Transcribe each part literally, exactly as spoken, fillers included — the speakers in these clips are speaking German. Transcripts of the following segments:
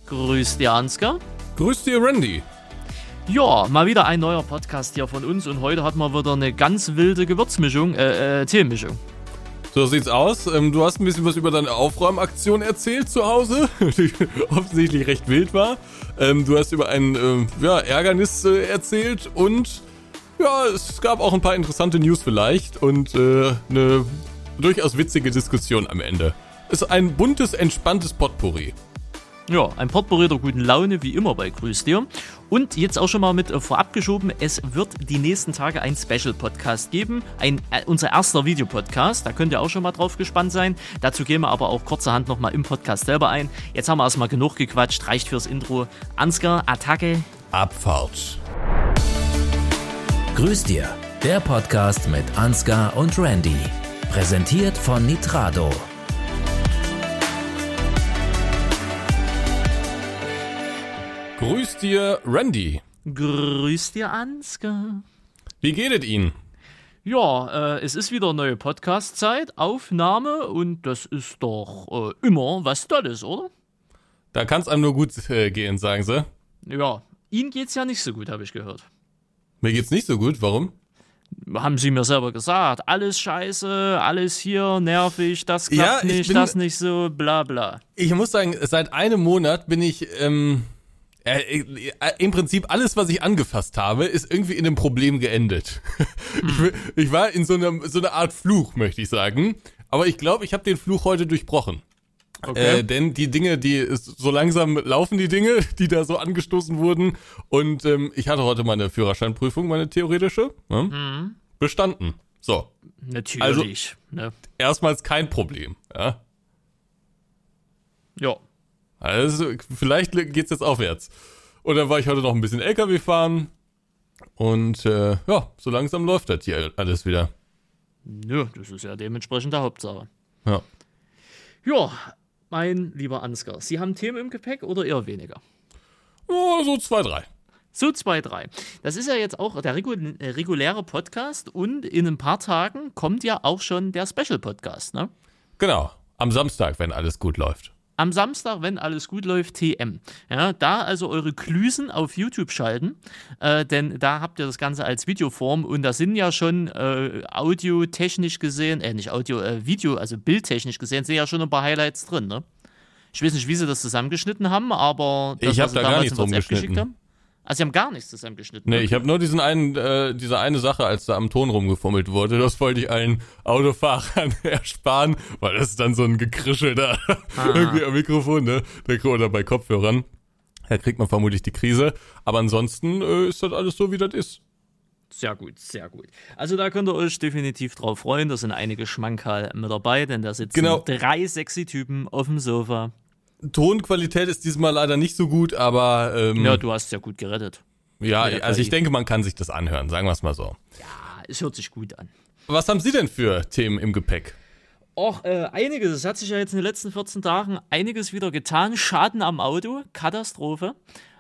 Grüß dir, Ansgar. Grüß dir, Randy. Ja, mal wieder ein neuer Podcast hier von uns und heute hatten wir wieder eine ganz wilde Gewürzmischung, äh, äh, Teemischung. So sieht's aus. Ähm, du hast ein bisschen was über deine Aufräumaktion erzählt zu Hause, die offensichtlich recht wild war. Ähm, du hast über ein ähm, ja, Ärgernis äh, erzählt und ja, es gab auch ein paar interessante News vielleicht und äh, eine durchaus witzige Diskussion am Ende. Es ist ein buntes, entspanntes Potpourri. Ja, ein Potpourri der guten Laune, wie immer bei Grüß dir. Und jetzt auch schon mal mit äh, vorab geschoben, es wird die nächsten Tage ein Special-Podcast geben, ein, äh, unser erster Videopodcast, da könnt ihr auch schon mal drauf gespannt sein. Dazu gehen wir aber auch kurzerhand nochmal im Podcast selber ein. Jetzt haben wir erstmal genug gequatscht, reicht fürs Intro. Ansgar, Attacke. Abfahrt. Grüß dir, der Podcast mit Ansgar und Randy. Präsentiert von Nitrado. Grüß dir, Randy. Grüß dir, Ansgar. Wie geht es Ihnen? Ja, äh, es ist wieder neue Podcast-Zeit, Aufnahme und das ist doch äh, immer was Tolles, oder? Da kann es einem nur gut äh, gehen, sagen Sie. Ja, Ihnen geht's ja nicht so gut, habe ich gehört. Mir geht's nicht so gut, warum? Haben Sie mir selber gesagt, alles scheiße, alles hier nervig, das klappt Ja, ich nicht, bin- das nicht so, bla bla. Ich muss sagen, seit einem Monat bin ich, ähm, äh, äh, im Prinzip alles, was ich angefasst habe, ist irgendwie in einem Problem geendet. Hm. Ich, ich war in so einer so einer Art Fluch, möchte ich sagen. Aber ich glaube, ich habe den Fluch heute durchbrochen. Okay. Äh, denn die Dinge, die so langsam laufen, die Dinge, die da so angestoßen wurden. Und ähm, ich hatte heute meine Führerscheinprüfung, meine theoretische. Ne? Mhm. Bestanden. So, Natürlich. ne? erstmals kein Problem. Ja. Ja. Also, vielleicht geht's jetzt aufwärts. Und dann war ich heute noch ein bisschen L K W fahren. Und äh, ja, so langsam läuft das hier alles wieder. Nö, das ist ja dementsprechend der Hauptsache. Ja. Ja, mein lieber Ansgar, Sie haben Themen im Gepäck oder eher weniger? Oh, so zwei, drei. So zwei, drei. Das ist ja jetzt auch der regu- äh, reguläre Podcast und in ein paar Tagen kommt ja auch schon der Special-Podcast, ne? Genau. Am Samstag, wenn alles gut läuft. Am Samstag, wenn alles gut läuft, T M. Ja, da also eure Klüsen auf YouTube schalten, äh, denn da habt ihr das Ganze als Videoform und da sind ja schon äh, audiotechnisch gesehen, äh, nicht Audio, äh, Video, also bildtechnisch gesehen, sind ja schon ein paar Highlights drin, ne? Ich weiß nicht, wie sie das zusammengeschnitten haben, aber das, Ich hab was sie da gar damals nichts in WhatsApp rumgeschnitten. geschickt haben. Also sie haben gar nichts zusammengeschnitten. Nee, Okay. ich habe nur diesen einen, äh, diese eine Sache, als da am Ton rumgefummelt wurde, das wollte ich allen Autofahrern ersparen, weil das ist dann so ein Gekrischel da irgendwie am Mikrofon, ne? Oder bei Kopfhörern. Da kriegt man vermutlich die Krise. Aber ansonsten äh, ist das alles so, wie das ist. Sehr gut, sehr gut. Also da könnt ihr euch definitiv drauf freuen. Da sind einige Schmankerl mit dabei, denn da sitzen Genau. drei sexy Typen auf dem Sofa. Tonqualität ist diesmal leider nicht so gut, aber ähm, Ja, ja, du hast ja gut gerettet. ja mit der also K I. ich denke, man kann sich das anhören, sagen wir es mal so. Ah, es hört sich gut an. Was haben Sie denn für Themen im Gepäck? Och, äh, einiges. Es hat sich ja jetzt in den letzten vierzehn Tagen einiges wieder getan. Schaden am Auto, Katastrophe.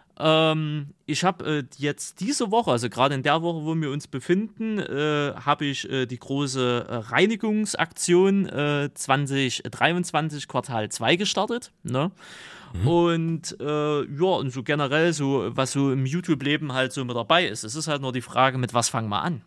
Ähm, ich habe äh, jetzt diese Woche, also gerade in der Woche, wo wir uns befinden, äh, habe ich äh, die große äh, Reinigungsaktion äh, zwanzig dreiundzwanzig Quartal zwei gestartet. Ne? Mhm. Und äh, ja, und so generell, so was so im YouTube-Leben halt so mit dabei ist. Es ist halt nur die Frage, mit was fangen wir an?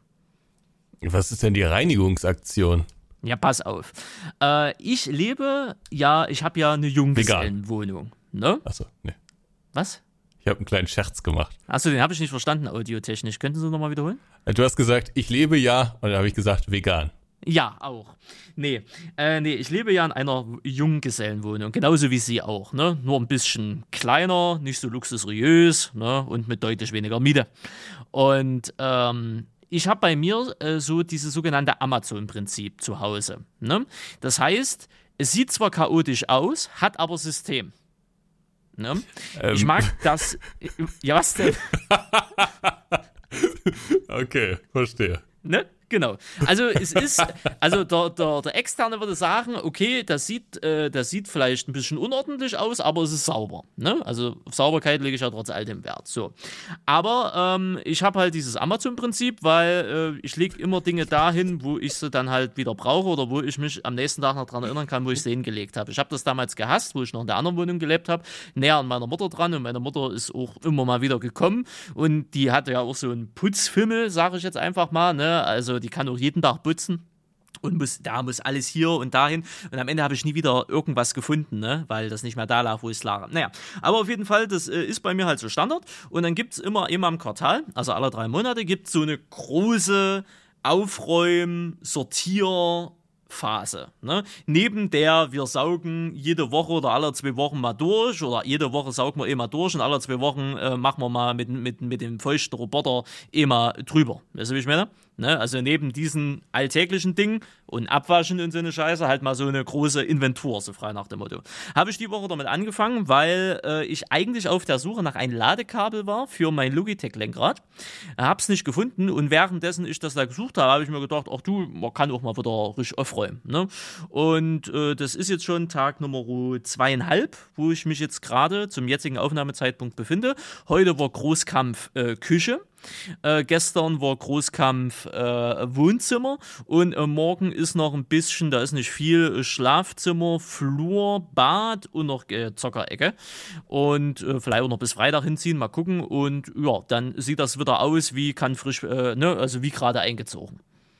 Was ist denn die Reinigungsaktion? Ja, pass auf. Äh, ich lebe, ja, ich habe ja eine Junggesellenwohnung. Ne? Achso, nee. Was? Ich habe einen kleinen Scherz gemacht. Achso, den habe ich nicht verstanden, audiotechnisch. Könnten Sie nochmal wiederholen? Du hast gesagt, ich lebe ja, und dann habe ich gesagt, vegan. Ja, auch. Nee, äh, nee, ich lebe ja in einer Junggesellenwohnung, genauso wie Sie auch, ne? Nur ein bisschen kleiner, nicht so luxuriös, ne? Und mit deutlich weniger Miete. Und ähm, ich habe bei mir äh, so dieses sogenannte Amazon-Prinzip zu Hause, ne? Das heißt, es sieht zwar chaotisch aus, hat aber System. Ne? Ähm. Ich mag das. Ja, was denn? Okay, verstehe. Ne? Genau. Also es ist, also der, der, der Externe würde sagen, okay, das sieht, äh, das sieht vielleicht ein bisschen unordentlich aus, aber es ist sauber. Ne? Also auf Sauberkeit lege ich ja trotz alledem Wert. So. Aber ähm, ich habe halt dieses Amazon-Prinzip, weil äh, ich lege immer Dinge dahin, wo ich sie dann halt wieder brauche oder wo ich mich am nächsten Tag noch daran erinnern kann, wo ich sie hingelegt habe. Ich habe das damals gehasst, wo ich noch in der anderen Wohnung gelebt habe, näher an meiner Mutter dran, und meine Mutter ist auch immer mal wieder gekommen und die hatte ja auch so einen Putzfimmel, sage ich jetzt einfach mal, ne? Also die kann auch jeden Tag putzen. Und muss, da muss alles hier und dahin. Und am Ende habe ich nie wieder irgendwas gefunden, ne? Weil das nicht mehr da lag, wo es lag. Naja, aber auf jeden Fall, das äh, ist bei mir halt so Standard. Und dann gibt es immer, immer im Quartal, also alle drei Monate, gibt es so eine große Aufräum-, Sortier- Phase. Ne? Neben der wir saugen jede Woche oder alle zwei Wochen mal durch, oder jede Woche saugen wir eh mal durch und alle zwei Wochen äh, machen wir mal mit, mit, mit dem feuchten Roboter eh mal drüber. Weißt du, wie ich meine? Ne? Also neben diesen alltäglichen Dingen und Abwaschen und so eine Scheiße halt mal so eine große Inventur, so frei nach dem Motto. Habe ich die Woche damit angefangen, weil äh, ich eigentlich auf der Suche nach einem Ladekabel war für mein Logitech-Lenkrad. Hab's nicht gefunden, und währenddessen ich das da gesucht habe, habe ich mir gedacht, ach du, man kann auch mal wieder richtig aufräumen. Ne? Und äh, das ist jetzt schon Tag Nummer zweieinhalb, wo ich mich jetzt gerade zum jetzigen Aufnahmezeitpunkt befinde. Heute war Großkampf äh, Küche. Äh, gestern war Großkampf äh, Wohnzimmer, und äh, morgen ist noch ein bisschen, da ist nicht viel, äh, Schlafzimmer, Flur, Bad und noch äh, Zockerecke, und äh, vielleicht auch noch bis Freitag hinziehen, mal gucken, und ja, dann sieht das wieder aus wie kann frisch, äh, ne, also wie gerade eingezogen.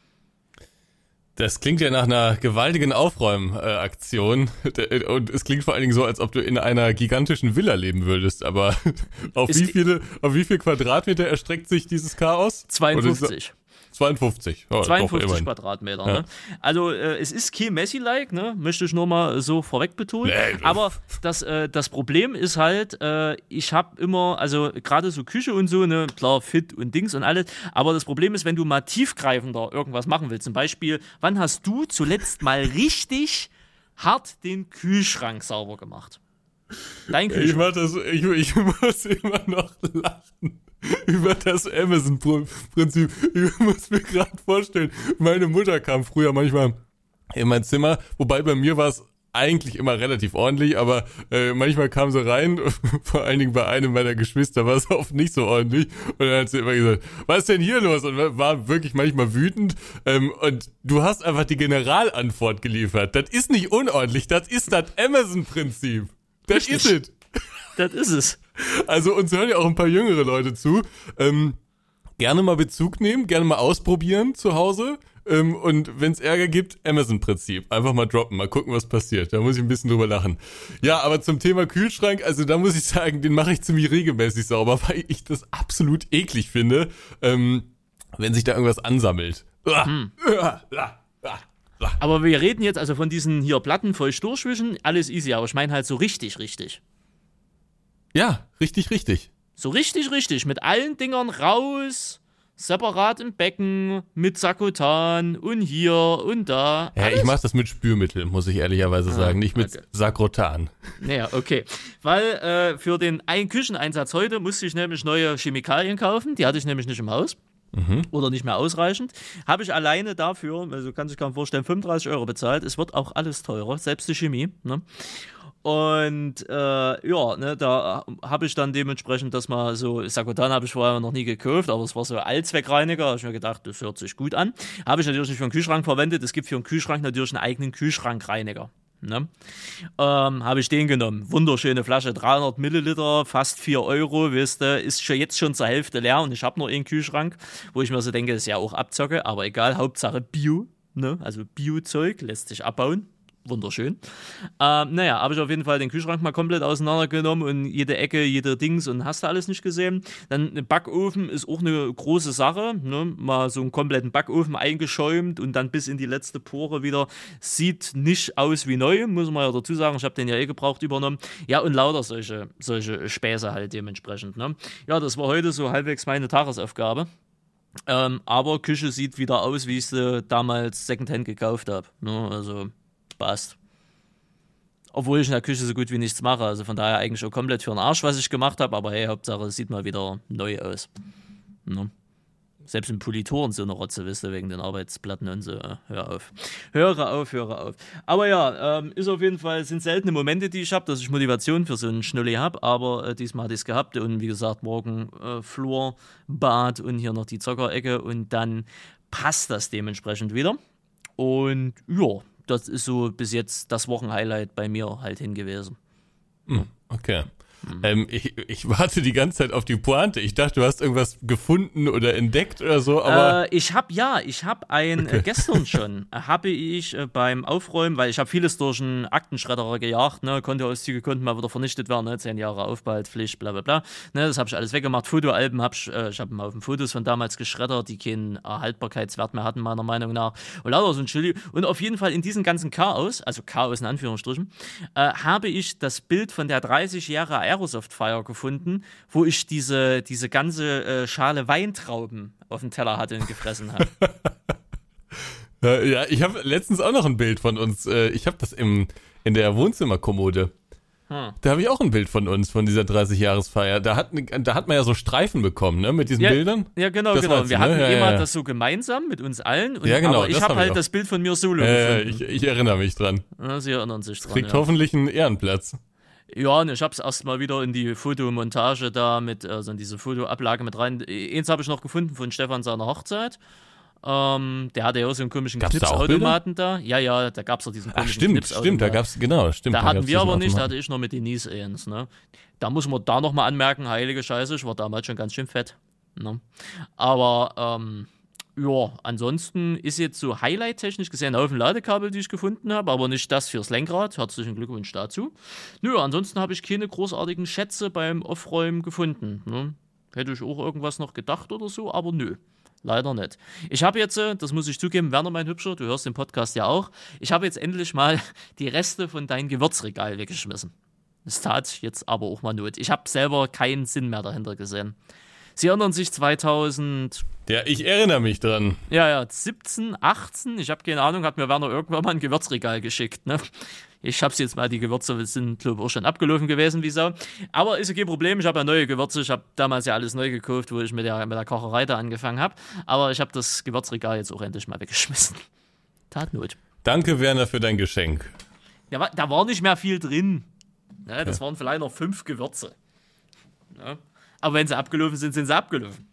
Das klingt ja nach einer gewaltigen Aufräumaktion, und es klingt vor allen Dingen so, als ob du in einer gigantischen Villa leben würdest, aber auf wie viele, auf wie viel Quadratmeter erstreckt sich dieses Chaos? zweiundfünfzig. zweiundfünfzig. Oh, zweiundfünfzig Quadratmeter. Ja. Ne? Also äh, es ist kein Messi-like, ne? Möchte ich nur mal so vorweg betonen. Nee, aber das, äh, das Problem ist halt, äh, ich habe immer, also gerade so Küche und so, ne, klar, fit und Dings und alles, aber das Problem ist, wenn du mal tiefgreifender irgendwas machen willst, zum Beispiel, wann hast du zuletzt mal richtig hart den Kühlschrank sauber gemacht? Dein Kühlschrank. Ich, mach das, ich, ich muss immer noch lachen über das Amazon-Prinzip. Ich muss mir gerade vorstellen, meine Mutter kam früher manchmal in mein Zimmer, wobei bei mir war es eigentlich immer relativ ordentlich, aber äh, manchmal kam sie rein, vor allen Dingen bei einem meiner Geschwister war es oft nicht so ordentlich, und dann hat sie immer gesagt, was ist denn hier los? Und war wirklich manchmal wütend, ähm, und du hast einfach die Generalantwort geliefert. Das ist nicht unordentlich, das ist das Amazon-Prinzip. Das ist es. Das ist es. Also uns hören ja auch ein paar jüngere Leute zu. Ähm, gerne mal Bezug nehmen, gerne mal ausprobieren zu Hause. Ähm, und wenn es Ärger gibt, Amazon-Prinzip. Einfach mal droppen, mal gucken, was passiert. Da muss ich ein bisschen drüber lachen. Ja, aber zum Thema Kühlschrank, also da muss ich sagen, den mache ich ziemlich regelmäßig sauber, weil ich das absolut eklig finde, ähm, wenn sich da irgendwas ansammelt. Hm. Aber wir reden jetzt also von diesen hier Platten feucht durchwischen, alles easy, aber ich meine halt so richtig, richtig. Ja, richtig, richtig. So richtig, richtig, mit allen Dingern raus, separat im Becken, mit Sakotan und hier und da. Ja, alles? Ich mach das mit Spülmittel, muss ich ehrlicherweise ah, sagen, nicht mit okay. Sakrotan. Naja, okay. Weil äh, für den einen Kücheneinsatz heute musste ich nämlich neue Chemikalien kaufen, die hatte ich nämlich nicht im Haus. Mhm. Oder nicht mehr ausreichend. Habe ich alleine dafür, also kann sich kaum vorstellen, fünfunddreißig Euro bezahlt. Es wird auch alles teurer, selbst die Chemie. Ne? Und äh, ja, ne, da habe ich dann dementsprechend das mal so, Sakotan habe ich vorher noch nie gekauft, aber es war so Allzweckreiniger, habe ich mir gedacht, das hört sich gut an. Habe ich natürlich nicht für einen Kühlschrank verwendet, es gibt für einen Kühlschrank natürlich einen eigenen Kühlschrankreiniger. Ne? Ähm, habe ich den genommen. Wunderschöne Flasche, dreihundert Milliliter, fast vier Euro, wisst ihr, ist schon jetzt schon zur Hälfte leer, und ich habe nur einen Kühlschrank, wo ich mir so denke, das ist ja auch Abzocke, aber egal, Hauptsache Bio, ne? Also Bio-Zeug, lässt sich abbauen. Wunderschön. Ähm, naja, habe ich auf jeden Fall den Kühlschrank mal komplett auseinandergenommen und jede Ecke, jede Dings, und hast du alles nicht gesehen. Dann ein Backofen ist auch eine große Sache, ne? Mal so einen kompletten Backofen eingeschäumt und dann bis in die letzte Pore wieder. Sieht nicht aus wie neu, muss man ja dazu sagen. Ich habe den ja eh gebraucht übernommen. Ja, und lauter solche, solche Späße halt dementsprechend. Ne? Ja, das war heute so halbwegs meine Tagesaufgabe. Ähm, aber Küche sieht wieder aus, wie ich sie damals Secondhand gekauft habe. Ne? Also passt. Obwohl ich in der Küche so gut wie nichts mache. Also von daher eigentlich auch komplett für den Arsch, was ich gemacht habe. Aber hey, Hauptsache es sieht mal wieder neu aus. Ne? Selbst im Politoren so eine Rotze, wisst ihr, wegen den Arbeitsplatten und so. Hör auf. Höre auf, höre auf. Aber ja, ähm, ist auf jeden Fall, sind seltene Momente, die ich habe, dass ich Motivation für so einen Schnulli habe, aber äh, diesmal hatte ich es gehabt und wie gesagt, morgen äh, Flur, Bad und hier noch die Zockerecke und dann passt das dementsprechend wieder. Und ja, das ist so bis jetzt das Wochenhighlight bei mir halt hingewiesen. Okay. Mhm. Ähm, ich, ich warte die ganze Zeit auf die Pointe. Ich dachte, du hast irgendwas gefunden oder entdeckt oder so, aber... Äh, ich habe, ja, ich habe ein, okay. äh, gestern schon, äh, habe ich äh, beim Aufräumen, weil ich habe vieles durch einen Aktenschredderer gejagt, ne, Kontoauszüge konnten mal wieder vernichtet werden, ne, zehn Jahre Aufbehaltspflicht, bla bla bla, ne, das habe ich alles weggemacht, Fotoalben habe ich, äh, ich habe einen Haufen Fotos von damals geschreddert, die keinen Erhaltbarkeitswert mehr hatten, meiner Meinung nach, und lauter so ein Chili, und auf jeden Fall in diesem ganzen Chaos, also Chaos in Anführungsstrichen, äh, habe ich das Bild von der dreißig Jahre Aerosoft-Feier gefunden, wo ich diese, diese ganze äh, Schale Weintrauben auf dem Teller hatte und gefressen habe. Ja, ich habe letztens auch noch ein Bild von uns. Ich habe das im, in der Wohnzimmerkommode. Hm. Da habe ich auch ein Bild von uns, von dieser dreißig-Jahres-Feier. Da hat, da hat man ja so Streifen bekommen, ne, mit diesen ja, Bildern. Ja, genau, das genau. Wir du, hatten ne? ja, immer ja. das so gemeinsam mit uns allen. Und, ja, genau. Aber ich habe halt das Bild von mir solo äh, gefunden. Ich, ich erinnere mich dran. Ja, Sie erinnern sich dran, Kriegt ja. hoffentlich einen Ehrenplatz. Ja, und ich hab's erstmal wieder in die Fotomontage da mit, also in diese Fotoablage mit rein. Eins habe ich noch gefunden von Stefan seiner Hochzeit. Ähm, der hatte ja auch so einen komischen Gab's Knipsautomaten da, da. Ja, ja, da gab's doch diesen komischen Ach, stimmt, Knipsautomaten. stimmt, da gab's, genau, stimmt. Da, da hatten wir aber nicht, da Automaten. hatte ich noch mit Denise eins, ne. Da muss man da nochmal anmerken, heilige Scheiße, ich war damals schon ganz schön fett, ne. Aber, ähm, ja, ansonsten ist jetzt so highlight-technisch gesehen auf dem Ladekabel, die ich gefunden habe, aber nicht das fürs Lenkrad. Herzlichen Glückwunsch dazu. Nö, ansonsten habe ich keine großartigen Schätze beim Aufräumen gefunden. Ne? Hätte ich auch irgendwas noch gedacht oder so, aber nö. Leider nicht. Ich habe jetzt, das muss ich zugeben, Werner, mein Hübscher, du hörst den Podcast ja auch, ich habe jetzt endlich mal die Reste von deinem Gewürzregal weggeschmissen. Das tat jetzt aber auch mal Not. Ich habe selber keinen Sinn mehr dahinter gesehen. Sie erinnern sich zweitausend... Ja, ich erinnere mich dran. Ja, ja, siebzehn, achtzehn, ich habe keine Ahnung, hat mir Werner irgendwann mal ein Gewürzregal geschickt, ne? Ich hab's jetzt mal, die Gewürze sind, glaube ich, auch schon abgelaufen gewesen, wie Sau. Aber ist ja kein Problem, ich habe ja neue Gewürze, ich habe damals ja alles neu gekauft, wo ich mit der, mit der Kocherei da angefangen habe. Aber ich habe das Gewürzregal jetzt auch endlich mal weggeschmissen. Tat Not. Danke, Werner, für dein Geschenk. Ja, da war nicht mehr viel drin. Ne, das waren vielleicht noch fünf Gewürze. Ne? Aber wenn sie abgelaufen sind, sind sie abgelaufen.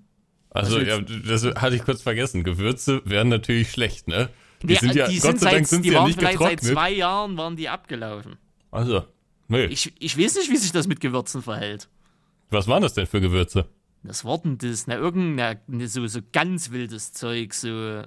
Also, ja, das hatte ich kurz vergessen. Gewürze wären natürlich schlecht, ne? Die ja, sind ja, die Gott sind sei Dank seit, sind die sie ja waren nicht vielleicht getrocknet. Seit zwei Jahren waren die abgelaufen. Also, nee. Ich, ich weiß nicht, wie sich das mit Gewürzen verhält. Was waren das denn für Gewürze? Das war denn das? Na, irgendein so, so ganz wildes Zeug, so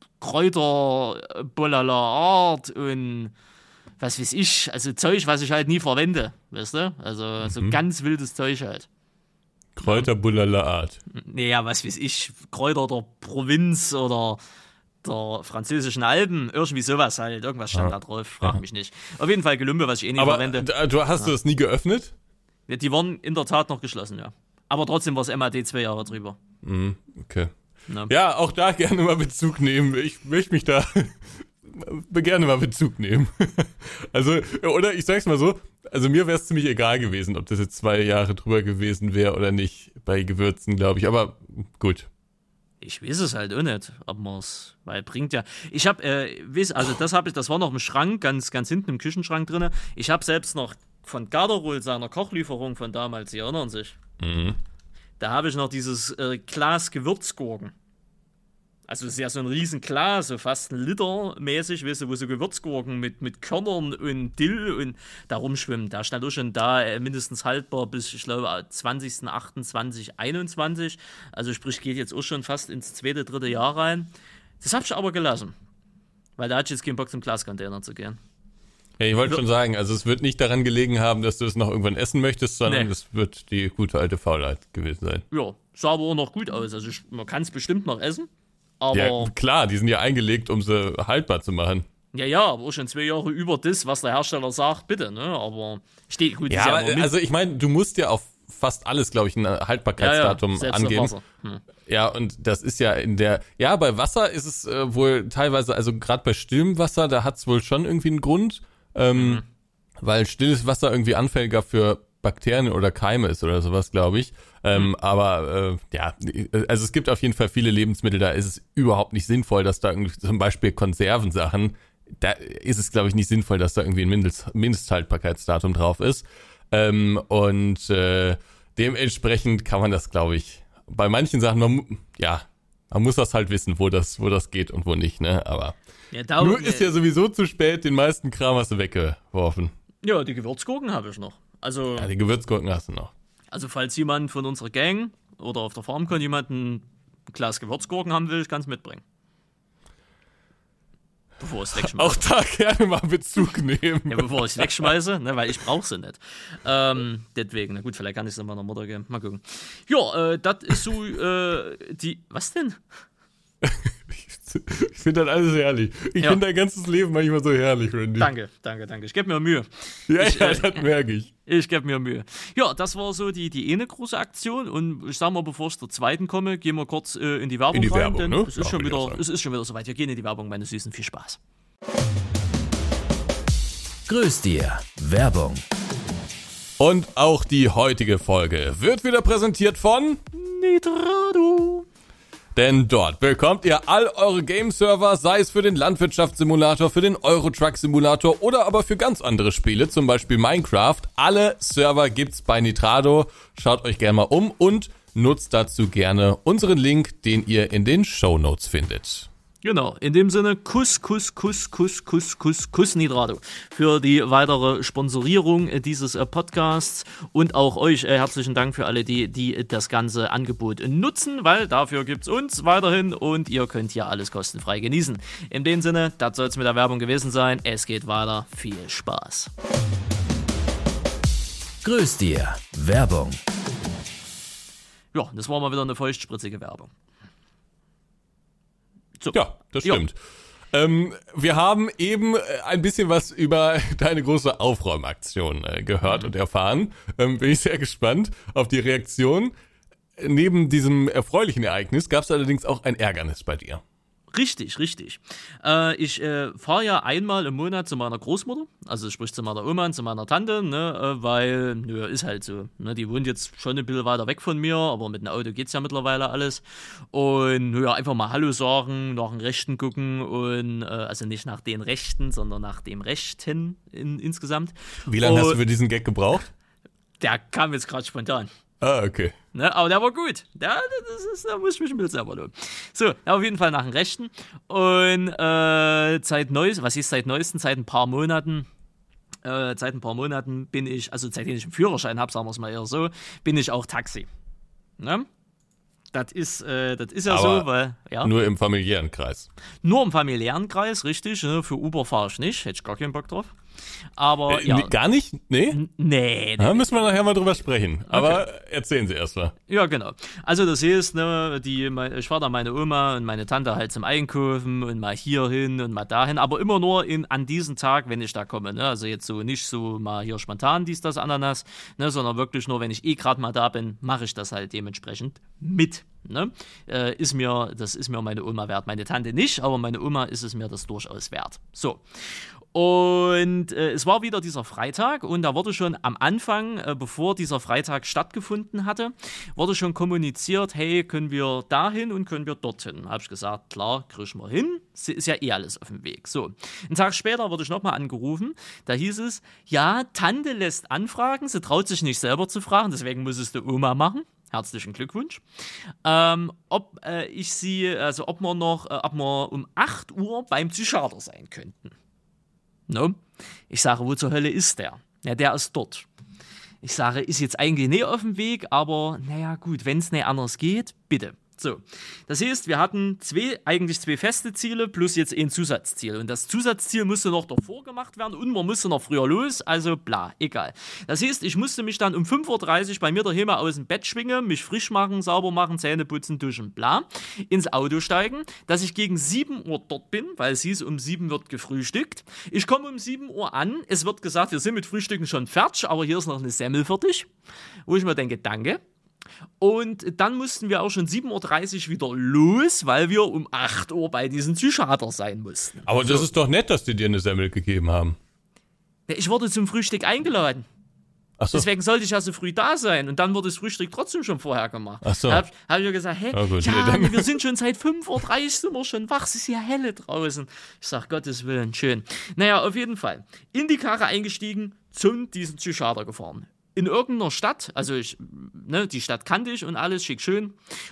Kräuter, Bollala Art und was weiß ich, also Zeug, was ich halt nie verwende, weißt du? Also so mhm. ganz wildes Zeug halt. Kräuterbullala Art. Naja, was weiß ich, Kräuter der Provinz oder der französischen Alpen, irgendwie sowas halt, irgendwas stand ja. da drauf, frag ja. mich nicht. Auf jeden Fall Gelümbe, was ich eh nie Aber verwende. du hast ja. du das nie geöffnet? Ja, die waren in der Tat noch geschlossen, ja. Aber trotzdem war es M A D zwei Jahre drüber. Mhm, okay. Ja. ja, auch da gerne mal Bezug nehmen. Ich möchte mich da gerne mal Bezug nehmen. Also, oder ich sag's mal so, also mir wäre es ziemlich egal gewesen, ob das jetzt zwei Jahre drüber gewesen wäre oder nicht, bei Gewürzen, glaube ich, aber gut. Ich weiß es halt auch nicht, ob man es, weil bringt ja, ich habe, äh, weiß, also das habe ich, das war noch im Schrank, ganz, ganz hinten im Küchenschrank drin. Ich habe selbst noch von Garderol, seiner Kochlieferung von damals, Sie erinnern sich, mhm. da habe ich noch dieses äh, Glas Gewürzgurken. Also es ist ja so ein riesen Glas, so fast ein Liter mäßig, weißt du, wo so Gewürzgurken mit, mit Körnern und Dill und da rumschwimmen. Da stand auch schon da äh, mindestens haltbar bis, ich glaube, zwanzigster achter zweitausendeinundzwanzig. Also sprich, geht jetzt auch schon fast ins zweite, dritte Jahr rein. Das habe ich aber gelassen, weil da hatte ich jetzt keinen Bock, zum Glascontainer zu gehen. Ja, ich wollte schon sagen, also es wird nicht daran gelegen haben, dass du es noch irgendwann essen möchtest, sondern nee. es wird die gute alte Faulheit gewesen sein. Ja, sah aber auch noch gut aus. Also ich, man kann es bestimmt noch essen. Aber ja, klar, die sind ja eingelegt, um sie haltbar zu machen. Ja, ja, aber auch schon zwei Jahre über das, was der Hersteller sagt, bitte, ne? Aber steht gut. Ja, ja aber, also ich meine, du musst ja auf fast alles, glaube ich, ein Haltbarkeitsdatum ja, ja, angeben. Hm. Ja, und das ist ja in der, ja, bei Wasser ist es äh, wohl teilweise, also gerade bei stillem Wasser, da hat es wohl schon irgendwie einen Grund, ähm, mhm. weil stilles Wasser irgendwie anfälliger für Bakterien oder Keime ist oder sowas, glaube ich. Ähm, mhm. Aber äh, ja, also es gibt auf jeden Fall viele Lebensmittel, da ist es überhaupt nicht sinnvoll, dass da irgendwie zum Beispiel Konservensachen, da ist es, glaube ich, nicht sinnvoll, dass da irgendwie ein Mindest, Mindesthaltbarkeitsdatum drauf ist. Ähm, und äh, dementsprechend kann man das, glaube ich, bei manchen Sachen, man, ja, man muss das halt wissen, wo das, wo das geht und wo nicht, ne? Aber ja, darum, nur ist ja sowieso zu spät, den meisten Kram hast du weggeworfen. Ja, die Gewürzgurken habe ich noch. Also, ja, die Gewürzgurken hast du noch. Also falls jemand von unserer Gang oder auf der FarmCon jemand ein Glas Gewürzgurken haben will, kann es mitbringen. Bevor ich es wegschmeiße. Auch da gerne mal Bezug nehmen. Ja, bevor ich es wegschmeiße, ne, weil ich brauche sie nicht. Ähm, deswegen, na gut, vielleicht kann ich es meiner Mutter geben. Mal gucken. Ja, äh, das ist so äh, die... Was denn? Ich finde das alles herrlich. Ich ja. finde dein ganzes Leben manchmal so herrlich, Randy. Danke, danke, danke. Ich gebe mir Mühe. Ja, ich, ja, äh, das merke ich. Ich gebe mir Mühe. Ja, das war so die, die eine große Aktion. Und ich sag mal, bevor ich zur zweiten komme, gehen wir kurz äh, in die Werbung in die rein. Werbung, denn ne? es, ist schon wieder, es ist schon wieder soweit. Wir gehen in die Werbung, meine Süßen. Viel Spaß. Grüß dir. Werbung. Und auch die heutige Folge wird wieder präsentiert von Nitrado. Denn dort bekommt ihr all eure Game-Server, sei es für den Landwirtschaftssimulator, für den Euro-Truck-Simulator oder aber für ganz andere Spiele, zum Beispiel Minecraft. Alle Server gibt's bei Nitrado. Schaut euch gerne mal um und nutzt dazu gerne unseren Link, den ihr in den Shownotes findet. Genau, in dem Sinne, Kuss, Kuss, Kuss, Kuss, Kuss, Kuss, Kuss Nitrado für die weitere Sponsorierung dieses äh, Podcasts und auch euch äh, herzlichen Dank für alle, die, die das ganze Angebot nutzen, weil dafür gibt's uns weiterhin und ihr könnt hier alles kostenfrei genießen. In dem Sinne, das soll es mit der Werbung gewesen sein. Es geht weiter. Viel Spaß. Grüß dir. Werbung. Ja, das war mal wieder eine feuchtspritzige Werbung. So. Ja, das stimmt. Ähm, wir haben eben ein bisschen was über deine große Aufräumaktion äh, gehört mhm. und erfahren. Ähm, bin ich sehr gespannt auf die Reaktion. Neben diesem erfreulichen Ereignis gab es allerdings auch ein Ärgernis bei dir. Richtig, richtig. Äh, ich äh, fahre ja einmal im Monat zu meiner Großmutter, also sprich zu meiner Oma und zu meiner Tante, ne, äh, weil, nö, ist halt so. Ne, die wohnt jetzt schon ein bisschen weiter weg von mir, aber mit dem Auto geht's ja mittlerweile alles. Und nö, einfach mal Hallo sagen, nach dem Rechten gucken und, äh, also nicht nach den Rechten, sondern nach dem Rechten in, insgesamt. Wie lange und hast du für diesen Gag gebraucht? Der kam jetzt gerade spontan. Ah, okay. Ne, aber der war gut. Der, das ist, da muss ich mich ein bisschen selber loben. So, auf jeden Fall nach dem Rechten. Und äh, seit Neues, was ist seit Neuesten, seit ein paar Monaten, äh, seit ein paar Monaten bin ich, also seitdem ich einen Führerschein habe, sagen wir es mal eher so, bin ich auch Taxi. Ne? Das ist, äh, das ist ja aber so, weil, ja. Nur im familiären Kreis. Nur im familiären Kreis, richtig. Ne? Für Uber fahre ich nicht, hätte ich gar keinen Bock drauf. Aber, äh, ja. Nee, gar nicht? Nee? N- nee. Da nee. müssen wir nachher mal drüber sprechen. Aber okay. Erzählen Sie erst mal. Ja, genau. Also das heißt, ne, die, ich fahre da meine Oma und meine Tante halt zum Einkaufen und mal hier hin und mal dahin, aber immer nur in, an diesem Tag, wenn ich da komme. Ne? Also jetzt so nicht so mal hier spontan dies, das, Ananas, ne, sondern wirklich nur, wenn ich eh gerade mal da bin, mache ich das halt dementsprechend mit. Ne? Äh, ist mir, das ist mir meine Oma wert. Meine Tante nicht, aber meine Oma ist es mir das durchaus wert. So. Und äh, es war wieder dieser Freitag und da wurde schon am Anfang, äh, bevor dieser Freitag stattgefunden hatte, wurde schon kommuniziert, hey, können wir dahin und können wir dorthin? Habe ich gesagt, klar, kriegen wir hin, ist ja eh alles auf dem Weg. So, einen Tag später wurde ich nochmal angerufen, da hieß es, ja, Tante lässt anfragen, sie traut sich nicht selber zu fragen, deswegen muss es die Oma machen. Herzlichen Glückwunsch. Ähm, ob äh, ich sie, also ob wir noch, äh, ob wir um acht Uhr beim Psychiater sein könnten. No? Ich sage, wo zur Hölle ist der? Ja, der ist dort. Ich sage, ist jetzt eigentlich nicht auf dem Weg, aber naja gut, wenn es nicht anders geht, bitte. So, das heißt, wir hatten zwei, eigentlich zwei feste Ziele plus jetzt ein Zusatzziel. Und das Zusatzziel musste noch davor gemacht werden und man musste noch früher los, also bla, egal. Das heißt, ich musste mich dann um fünf Uhr dreißig bei mir daheim aus dem Bett schwingen, mich frisch machen, sauber machen, Zähne putzen, duschen, bla, ins Auto steigen, dass ich gegen sieben Uhr dort bin, weil es hieß, um sieben wird gefrühstückt. Ich komme um sieben Uhr an, es wird gesagt, wir sind mit Frühstücken schon fertig, aber hier ist noch eine Semmel für dich, wo ich mir denke, danke. Und dann mussten wir auch schon sieben Uhr dreißig wieder los, weil wir um acht Uhr bei diesem Psychiater sein mussten. Aber das so. Ist doch nett, dass die dir eine Semmel gegeben haben. Ich wurde zum Frühstück eingeladen. Ach so. Deswegen sollte ich ja so früh da sein. Und dann wurde das Frühstück trotzdem schon vorher gemacht. Ach so. Da habe hab ich ja gesagt, hä, ja, gut, ja, nee, wir sind schon seit fünf Uhr dreißig sind wir schon wach, es ist ja helle draußen. Ich sag, Gottes Willen, schön. Naja, auf jeden Fall. In die Karre eingestiegen, zum diesen Psychiater gefahren. In irgendeiner Stadt, also ich, ne, die Stadt kannte ich und alles, schick schön.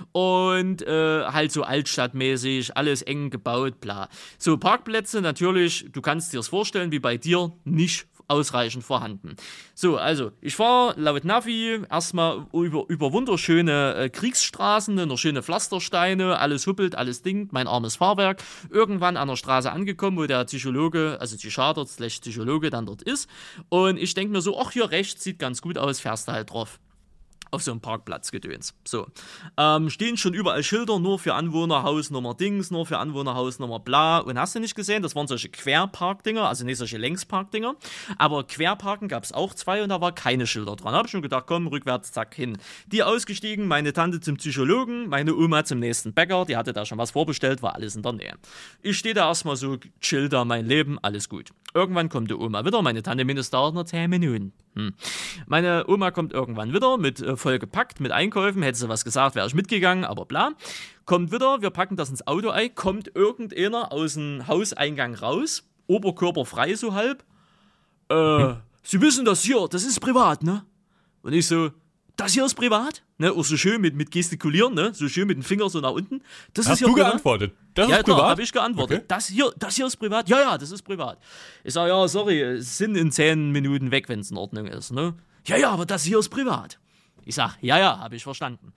Und äh, halt so altstadtmäßig, alles eng gebaut, bla. So, Parkplätze natürlich, du kannst dir das vorstellen, wie bei dir, nicht ausreichend vorhanden. So, also, ich fahre laut Navi erstmal über, über wunderschöne äh, Kriegsstraßen, noch schöne Pflastersteine, alles huppelt, alles dingt, mein armes Fahrwerk. Irgendwann an der Straße angekommen, wo der Psychologe, also Psychiater, slash Psychologe dann dort ist. Und ich denke mir so, ach, hier rechts sieht ganz gut aus, fährst du halt drauf. Auf so einem Parkplatzgedöns. So. Ähm, stehen schon überall Schilder, nur für Anwohner, Hausnummer Dings, nur für Anwohner, Hausnummer bla. Und hast du nicht gesehen, das waren solche Querparkdinger, also nicht solche Längsparkdinger, aber Querparken gab es auch zwei und da war keine Schilder dran. Da hab ich schon gedacht, komm, rückwärts, zack, hin. Die ausgestiegen, meine Tante zum Psychologen, meine Oma zum nächsten Bäcker, die hatte da schon was vorbestellt, war alles in der Nähe. Ich stehe da erstmal so, chill da mein Leben, alles gut. Irgendwann kommt die Oma wieder, meine Tante mindestens dauert nur zehn Minuten. Hm. Meine Oma kommt irgendwann wieder mit äh, voll gepackt, mit Einkäufen, hätte sie was gesagt, wäre ich mitgegangen, aber bla. Kommt wieder, wir packen das ins Auto ein, kommt irgendeiner aus dem Hauseingang raus, Oberkörper frei so halb. Äh, hm. Sie wissen das hier, das ist privat, ne? Und ich so, das hier ist privat? Ne? Auch so schön mit, mit gestikulieren, ne? So schön mit dem Finger so nach unten. Das Hast ist hier du privat? geantwortet? Das ja, ist privat? Ja, habe ich geantwortet. Okay. Das, hier, das hier ist privat? Ja, ja, das ist privat. Ich sage, ja, sorry, es sind in zehn Minuten weg, wenn es in Ordnung ist, ne? Ja, ja, aber das hier ist privat. Ich sag, ja, ja, habe ich verstanden.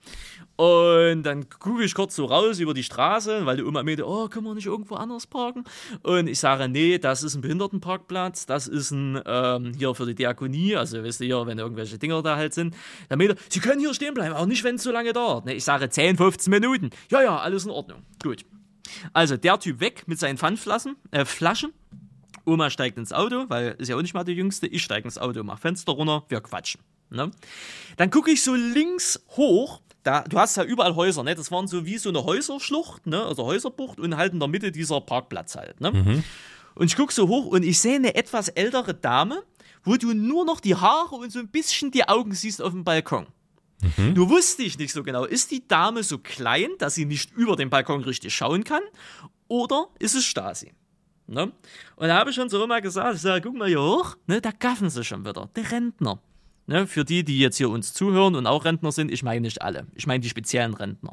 Und dann gucke ich kurz so raus über die Straße, weil die Oma meinte, oh, können wir nicht irgendwo anders parken? Und ich sage, nee, das ist ein Behindertenparkplatz, das ist ein, ähm, hier für die Diakonie, also wisst ihr hier, wenn irgendwelche Dinger da halt sind. Dann meinte, Sie können hier stehen bleiben, auch nicht, wenn es so lange dauert. Ne, ich sage, zehn, fünfzehn Minuten. Ja, ja, alles in Ordnung. Gut. Also der Typ weg mit seinen Pfandflaschen, äh, Flaschen. Oma steigt ins Auto, weil ist ja auch nicht mal die Jüngste. Ich steige ins Auto, mach Fenster runter, wir quatschen. Ne? Dann gucke ich so links hoch, da, du hast ja überall Häuser, ne? Das waren so wie so eine Häuserschlucht, ne? Also Häuserbucht und halt in der Mitte dieser Parkplatz halt. Ne? Mhm. Und ich gucke so hoch und ich sehe eine etwas ältere Dame, wo du nur noch die Haare und so ein bisschen die Augen siehst auf dem Balkon. Mhm. Du wusste ich nicht so genau, ist die Dame so klein, dass sie nicht über den Balkon richtig schauen kann, oder ist es Stasi? Ne? Und da habe ich schon so immer gesagt, ich sage, guck mal hier hoch, ne? Da gaffen sie schon wieder, der Rentner. Ne, für die, die jetzt hier uns zuhören und auch Rentner sind, ich meine nicht alle. Ich meine die speziellen Rentner.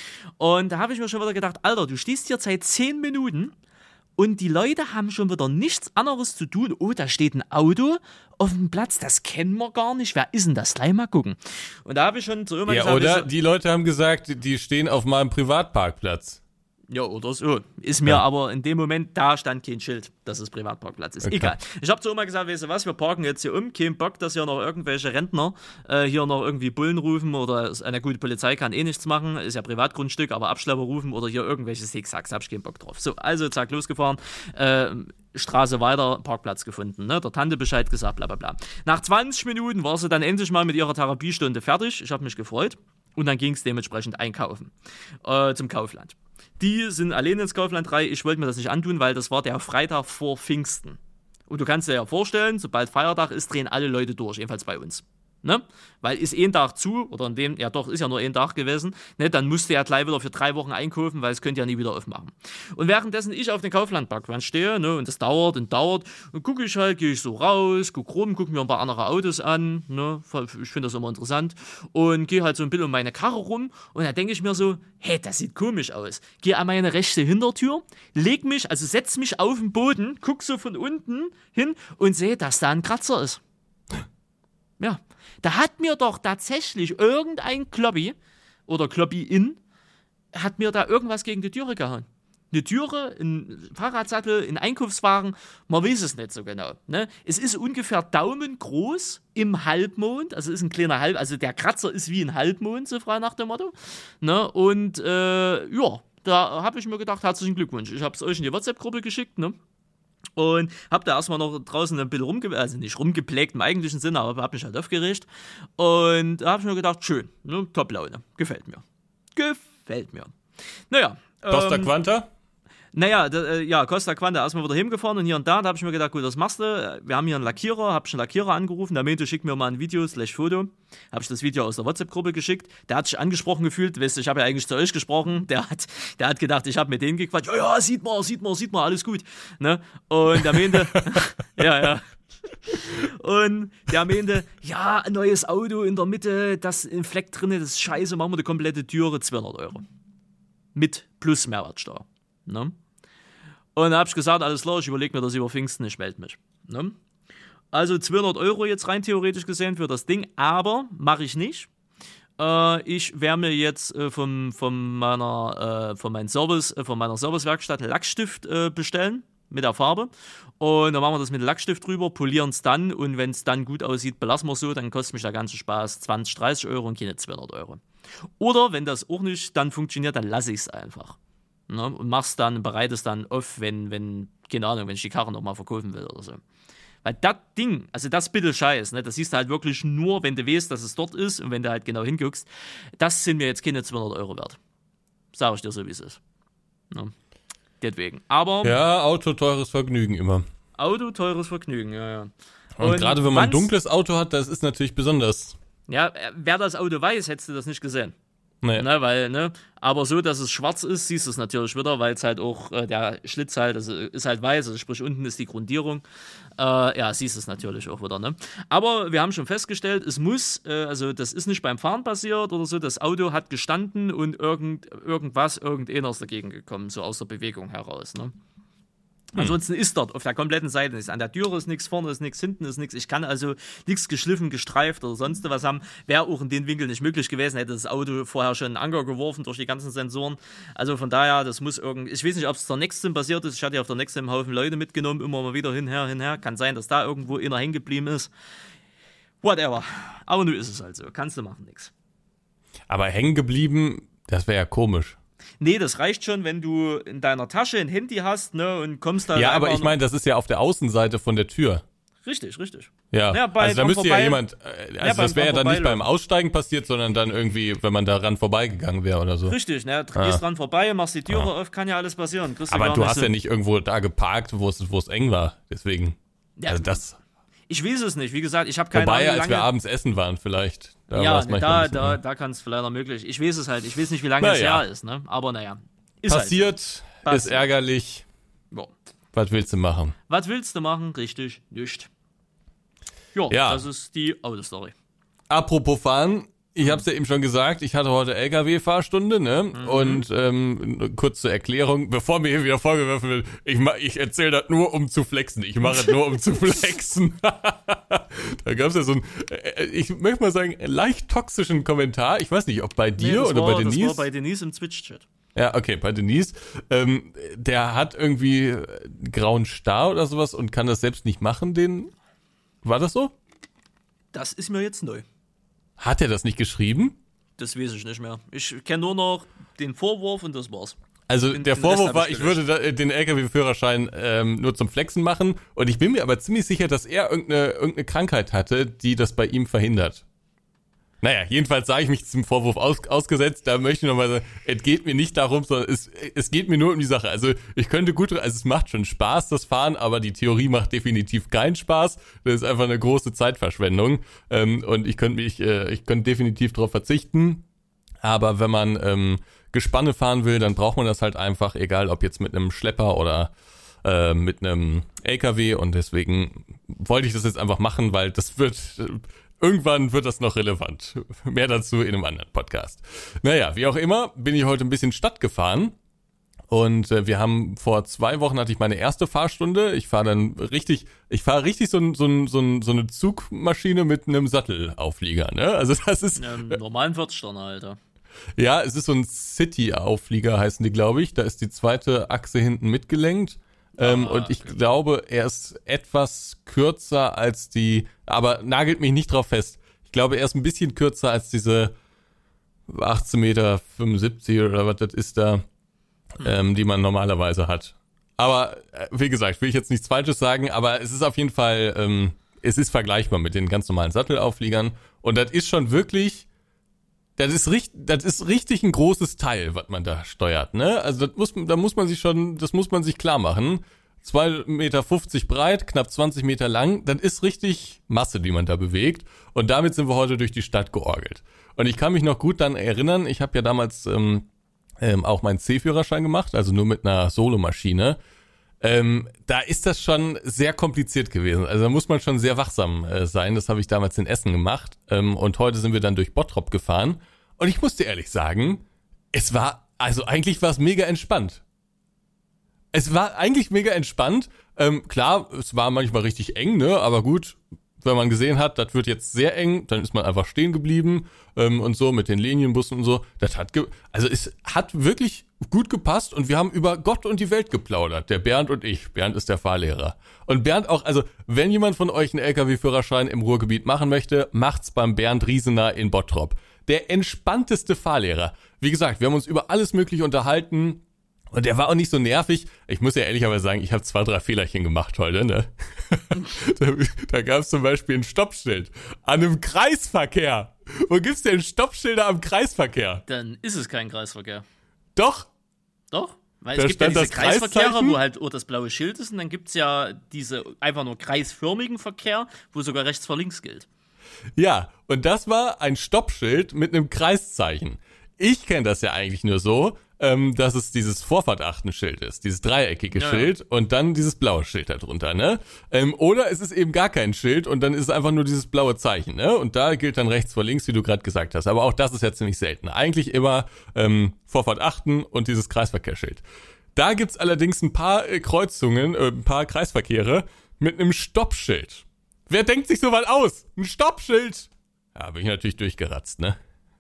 Und da habe ich mir schon wieder gedacht, Alter, du stehst hier seit zehn Minuten und die Leute haben schon wieder nichts anderes zu tun. Oh, da steht ein Auto auf dem Platz, das kennen wir gar nicht. Wer ist denn das? Gleich mal gucken. Und da habe ich schon so immer ja, gesagt... Oder so, die Leute haben gesagt, die stehen auf meinem Privatparkplatz. Ja, oder so. Ist mir ja. aber in dem Moment, da stand kein Schild, dass es Privatparkplatz ist. Okay. Egal. Ich habe zu Oma gesagt, weißt du was, wir parken jetzt hier um. Kein Bock, dass hier noch irgendwelche Rentner äh, hier noch irgendwie Bullen rufen oder eine gute Polizei kann eh nichts machen. Ist ja Privatgrundstück, aber Abschlepper rufen oder hier irgendwelche Zigzags. Hab ich keinen Bock drauf. So, also zack, losgefahren. Äh, Straße weiter, Parkplatz gefunden. Ne? Der Tante Bescheid gesagt, bla bla bla. Nach zwanzig Minuten war sie dann endlich mal mit ihrer Therapiestunde fertig. Ich habe mich gefreut. Und dann ging es dementsprechend einkaufen. Äh, zum Kaufland. Die sind alleine ins Kaufland rein. Ich wollte mir das nicht antun, weil das war der Freitag vor Pfingsten. Und du kannst dir ja vorstellen, sobald Feiertag ist, drehen alle Leute durch, jedenfalls bei uns. Ne? Weil ist ein Tag zu, oder in dem, ja doch, ist ja nur ein Tag gewesen, ne? Dann musste er gleich wieder für drei Wochen einkaufen, weil es könnte ja nie wieder aufmachen. Und währenddessen ich auf den Kauflandparkplatz stehe, ne? Und das dauert und dauert, und gucke ich halt, gehe ich so raus, gucke rum, gucke mir ein paar andere Autos an, ne? Ich finde das immer interessant, und gehe halt so ein bisschen um meine Karre rum, und da denke ich mir so, hey, das sieht komisch aus. Gehe an meine rechte Hintertür, leg mich, also setz mich auf den Boden, guck so von unten hin und sehe, dass da ein Kratzer ist. Ja, da hat mir doch tatsächlich irgendein Kloppi oder Kloppi-In hat mir da irgendwas gegen die Türe gehauen. Eine Türe, ein Fahrradsattel, ein Einkaufswagen, man weiß es nicht so genau. Ne? Es ist ungefähr daumengroß im Halbmond, also ist ein kleiner Halb, also der Kratzer ist wie ein Halbmond, so frei nach dem Motto. Ne? Und äh, ja, da habe ich mir gedacht, herzlichen Glückwunsch. Ich habe es euch in die WhatsApp-Gruppe geschickt, ne? Und hab da erstmal noch draußen ein bisschen rumge... also nicht rumgepflegt im eigentlichen Sinne, aber hab mich halt aufgeregt. Und da hab ich mir gedacht, schön, ne, Top Laune, gefällt mir. Gefällt mir. Naja. Costa ähm, Quanta? Naja, da, äh, ja, Costa Quanta erstmal wieder hingefahren und hier und da, da habe ich mir gedacht, gut, was machst du? Wir haben hier einen Lackierer, habe ich einen Lackierer angerufen, der meinte, schick mir mal ein Video slash Foto. Habe ich das Video aus der WhatsApp-Gruppe geschickt. Der hat sich angesprochen gefühlt, weißt du, ich habe ja eigentlich zu euch gesprochen, der hat, der hat gedacht, ich habe mit denen gequatscht, oh ja, sieht man, sieht man, sieht man, alles gut. Ne? Und der meinte, ja, ja. Und der meinte, ja, ein neues Auto in der Mitte, das ein Fleck drin, das ist scheiße, machen wir die komplette Türe, zweihundert Euro. Mit plus Mehrwertsteuer. Ne? Und da habe ich gesagt, alles klar, ich überlege mir das über Pfingsten, ich melde mich. Ne? Also zweihundert Euro jetzt rein theoretisch gesehen für das Ding, aber mache ich nicht. Äh, ich werde mir jetzt äh, vom, von, meiner, äh, von, meinem Service, äh, von meiner Servicewerkstatt Lackstift äh, bestellen mit der Farbe. Und dann machen wir das mit Lackstift drüber, polieren es dann und wenn es dann gut aussieht, belassen wir es so, dann kostet mich der ganze Spaß zwanzig, dreißig Euro und keine zweihundert Euro. Oder wenn das auch nicht dann funktioniert, dann lasse ich es einfach. Ne, und mach's dann, bereite es dann auf, wenn, wenn, keine Ahnung, wenn ich die Karre nochmal verkaufen will oder so. Weil das Ding, also das bitte Scheiß, ne, das siehst du halt wirklich nur, wenn du weißt, dass es dort ist und wenn du halt genau hinguckst, das sind mir jetzt keine zweihundert Euro wert. Sag ich dir so, wie es ist. Ne? Deswegen. Aber. Ja, Auto, teures Vergnügen immer. Auto, teures Vergnügen, ja, ja. Und, und gerade wenn man ein dunkles Auto hat, das ist natürlich besonders. Ja, wer das Auto weiß, hättest du das nicht gesehen. Nee. Ne, weil, ne, aber so, dass es schwarz ist, siehst du es natürlich wieder, weil es halt auch, äh, der Schlitz halt, also ist halt weiß, also sprich unten ist die Grundierung, äh, ja, siehst du es natürlich auch wieder, ne. Aber wir haben schon festgestellt, es muss, äh, also das ist nicht beim Fahren passiert oder so, das Auto hat gestanden und irgend, irgendwas, irgendeiner ist dagegen gekommen, so aus der Bewegung heraus, ne. Hm. Ansonsten ist dort auf der kompletten Seite nichts. An der Türe ist nichts, vorne ist nichts, hinten ist nichts. Ich kann also nichts geschliffen, gestreift oder sonst was haben. Wäre auch in den Winkel nicht möglich gewesen, hätte das Auto vorher schon einen Anker geworfen durch die ganzen Sensoren. Also von daher, das muss irgendwie, ich weiß nicht, ob es der Nextim passiert ist. Ich hatte ja auf der Nextim einen Haufen Leute mitgenommen, immer mal wieder hinher, hinher. Kann sein, dass da irgendwo einer hängen geblieben ist. Whatever. Aber nun ist es halt so. Kannst du machen, nix. Aber hängen geblieben, das wäre ja komisch. Nee, das reicht schon, wenn du in deiner Tasche ein Handy hast, ne, und kommst da. Ja, aber ich meine, das ist ja auf der Außenseite von der Tür. Richtig, richtig. Ja, ja bei, also da müsste ja jemand, also ja, das wäre ja dann nicht beim Aussteigen passiert, sondern dann irgendwie, wenn man daran vorbeigegangen wäre oder so. Richtig, ne, du ah. gehst dran vorbei, machst die Türe ah. auf, kann ja alles passieren. Kriegst aber du, du hast ja nicht irgendwo da geparkt, wo es, wo es eng war, deswegen, ja, also das. Ich weiß es nicht, wie gesagt, ich habe keine Ahnung. Wobei, Ahnung, als wir abends essen waren vielleicht. Da ja, da, da, da kann es vielleicht möglich. Ich weiß es halt, ich weiß nicht, wie lange es naja. her ist, ne, aber naja. Ist Passiert, halt. Ist ärgerlich. Ja. Was willst du machen? Was willst du machen? Richtig, nicht. Jo, ja, das ist die Autostory. Apropos fahren, ich habe es ja eben schon gesagt, ich hatte heute L K W-Fahrstunde, ne? Mhm. Und ähm, kurz zur Erklärung, bevor mir hier wieder vorgeworfen wird, ich, ich erzähle das nur, um zu flexen. Ich mache es nur, um zu flexen. Da gab es ja so einen, äh, ich möchte mal sagen, leicht toxischen Kommentar. Ich weiß nicht, ob bei dir nee, oder war, bei Denise. Das war bei Denise im Twitch-Chat. Ja, okay, bei Denise. Ähm, der hat irgendwie grauen Star oder sowas und kann das selbst nicht machen, den... War das so? Das ist mir jetzt neu. Hat er das nicht geschrieben? Das weiß ich nicht mehr. Ich kenne nur noch den Vorwurf und das war's. Also den, der den Vorwurf war, ich würde da, den L K W-Führerschein ähm, nur zum Flexen machen und ich bin mir aber ziemlich sicher, dass er irgendeine, irgendeine Krankheit hatte, die das bei ihm verhindert. Naja, jedenfalls sage ich mich zum Vorwurf aus, ausgesetzt, da möchte ich nochmal sagen, es geht mir nicht darum, sondern es, es geht mir nur um die Sache. Also ich könnte gut, also es macht schon Spaß, das Fahren, aber die Theorie macht definitiv keinen Spaß. Das ist einfach eine große Zeitverschwendung ähm, und ich könnte mich, äh, ich könnte definitiv darauf verzichten. Aber wenn man ähm, Gespanne fahren will, dann braucht man das halt einfach, egal ob jetzt mit einem Schlepper oder äh, mit einem L K W und deswegen wollte ich das jetzt einfach machen, weil das wird... Irgendwann wird das noch relevant. Mehr dazu in einem anderen Podcast. Naja, wie auch immer, bin ich heute ein bisschen Stadt gefahren. Und äh, wir haben vor zwei Wochen hatte ich meine erste Fahrstunde. Ich fahre dann richtig, ich fahre richtig so, ein, so, ein, so, ein, so eine Zugmaschine mit einem Sattelauflieger. Ne? Also das ist ja, im normalen Viertelsterne, Alter. Ja, es ist so ein City-Auflieger, heißen die, glaube ich. Da ist die zweite Achse hinten mitgelenkt. Ähm, ah, und ich okay. glaube, er ist etwas kürzer als die, aber nagelt mich nicht drauf fest. Ich glaube, er ist ein bisschen kürzer als diese achtzehn Meter fünfundsiebzig oder was das ist da, hm. ähm, die man normalerweise hat. Aber äh, wie gesagt, will ich jetzt nichts Falsches sagen, aber es ist auf jeden Fall, ähm, es ist vergleichbar mit den ganz normalen Sattelaufliegern. Und das ist schon wirklich das ist richtig, das ist richtig ein großes Teil, was man da steuert, ne? Also das muss, da muss man sich schon, das muss man sich klar machen. zwei Meter fünfzig breit, knapp zwanzig Meter lang, das ist richtig Masse, die man da bewegt. Und damit sind wir heute durch die Stadt georgelt. Und ich kann mich noch gut dann erinnern, ich habe ja damals ähm, ähm, auch meinen C-Führerschein gemacht, also nur mit einer Solomaschine. Ähm, da ist das schon sehr kompliziert gewesen. Also da muss man schon sehr wachsam äh, sein. Das habe ich damals in Essen gemacht. Ähm, und heute sind wir dann durch Bottrop gefahren. Und ich muss dir ehrlich sagen, es war, also eigentlich war es mega entspannt. Es war eigentlich mega entspannt. Ähm, klar, es war manchmal richtig eng, ne? Aber gut, wenn man gesehen hat, das wird jetzt sehr eng, dann ist man einfach stehen geblieben ähm, und so mit den Linienbussen und so. Das hat, ge- also es hat wirklich gut gepasst und wir haben über Gott und die Welt geplaudert, der Bernd und ich. Bernd ist der Fahrlehrer. Und Bernd auch, also wenn jemand von euch einen L K W-Führerschein im Ruhrgebiet machen möchte, macht's beim Bernd Riesener in Bottrop. Der entspannteste Fahrlehrer. Wie gesagt, wir haben uns über alles Mögliche unterhalten. Und der war auch nicht so nervig. Ich muss ja ehrlicherweise sagen, ich habe zwei, drei Fehlerchen gemacht heute, ne? da da gab es zum Beispiel ein Stoppschild an einem Kreisverkehr. Wo gibt's denn Stoppschilder am Kreisverkehr? Dann ist es kein Kreisverkehr. Doch. Doch? Weil Da es gibt ja stand diese das Kreisverkehre, Kreiszeichen. wo halt oh, das blaue Schild ist und dann gibt's ja diese einfach nur kreisförmigen Verkehr, wo sogar rechts vor links gilt. Ja, und das war ein Stoppschild mit einem Kreiszeichen. Ich kenne das ja eigentlich nur so, ähm, dass es dieses Vorfahrt-Achten-Schild ist, dieses dreieckige Ja, ja. Schild und dann dieses blaue Schild da drunter, ne? Ähm, oder es ist eben gar kein Schild und dann ist es einfach nur dieses blaue Zeichen, ne? Und da gilt dann rechts vor links, wie du gerade gesagt hast. Aber auch das ist ja ziemlich selten. Eigentlich immer ähm, Vorfahrt achten und dieses Kreisverkehrsschild. Da gibt's allerdings ein paar äh, Kreuzungen, äh, ein paar Kreisverkehre mit einem Stoppschild. Wer denkt sich sowas aus? Ein Stoppschild! Ja, bin ich natürlich durchgeratzt, ne?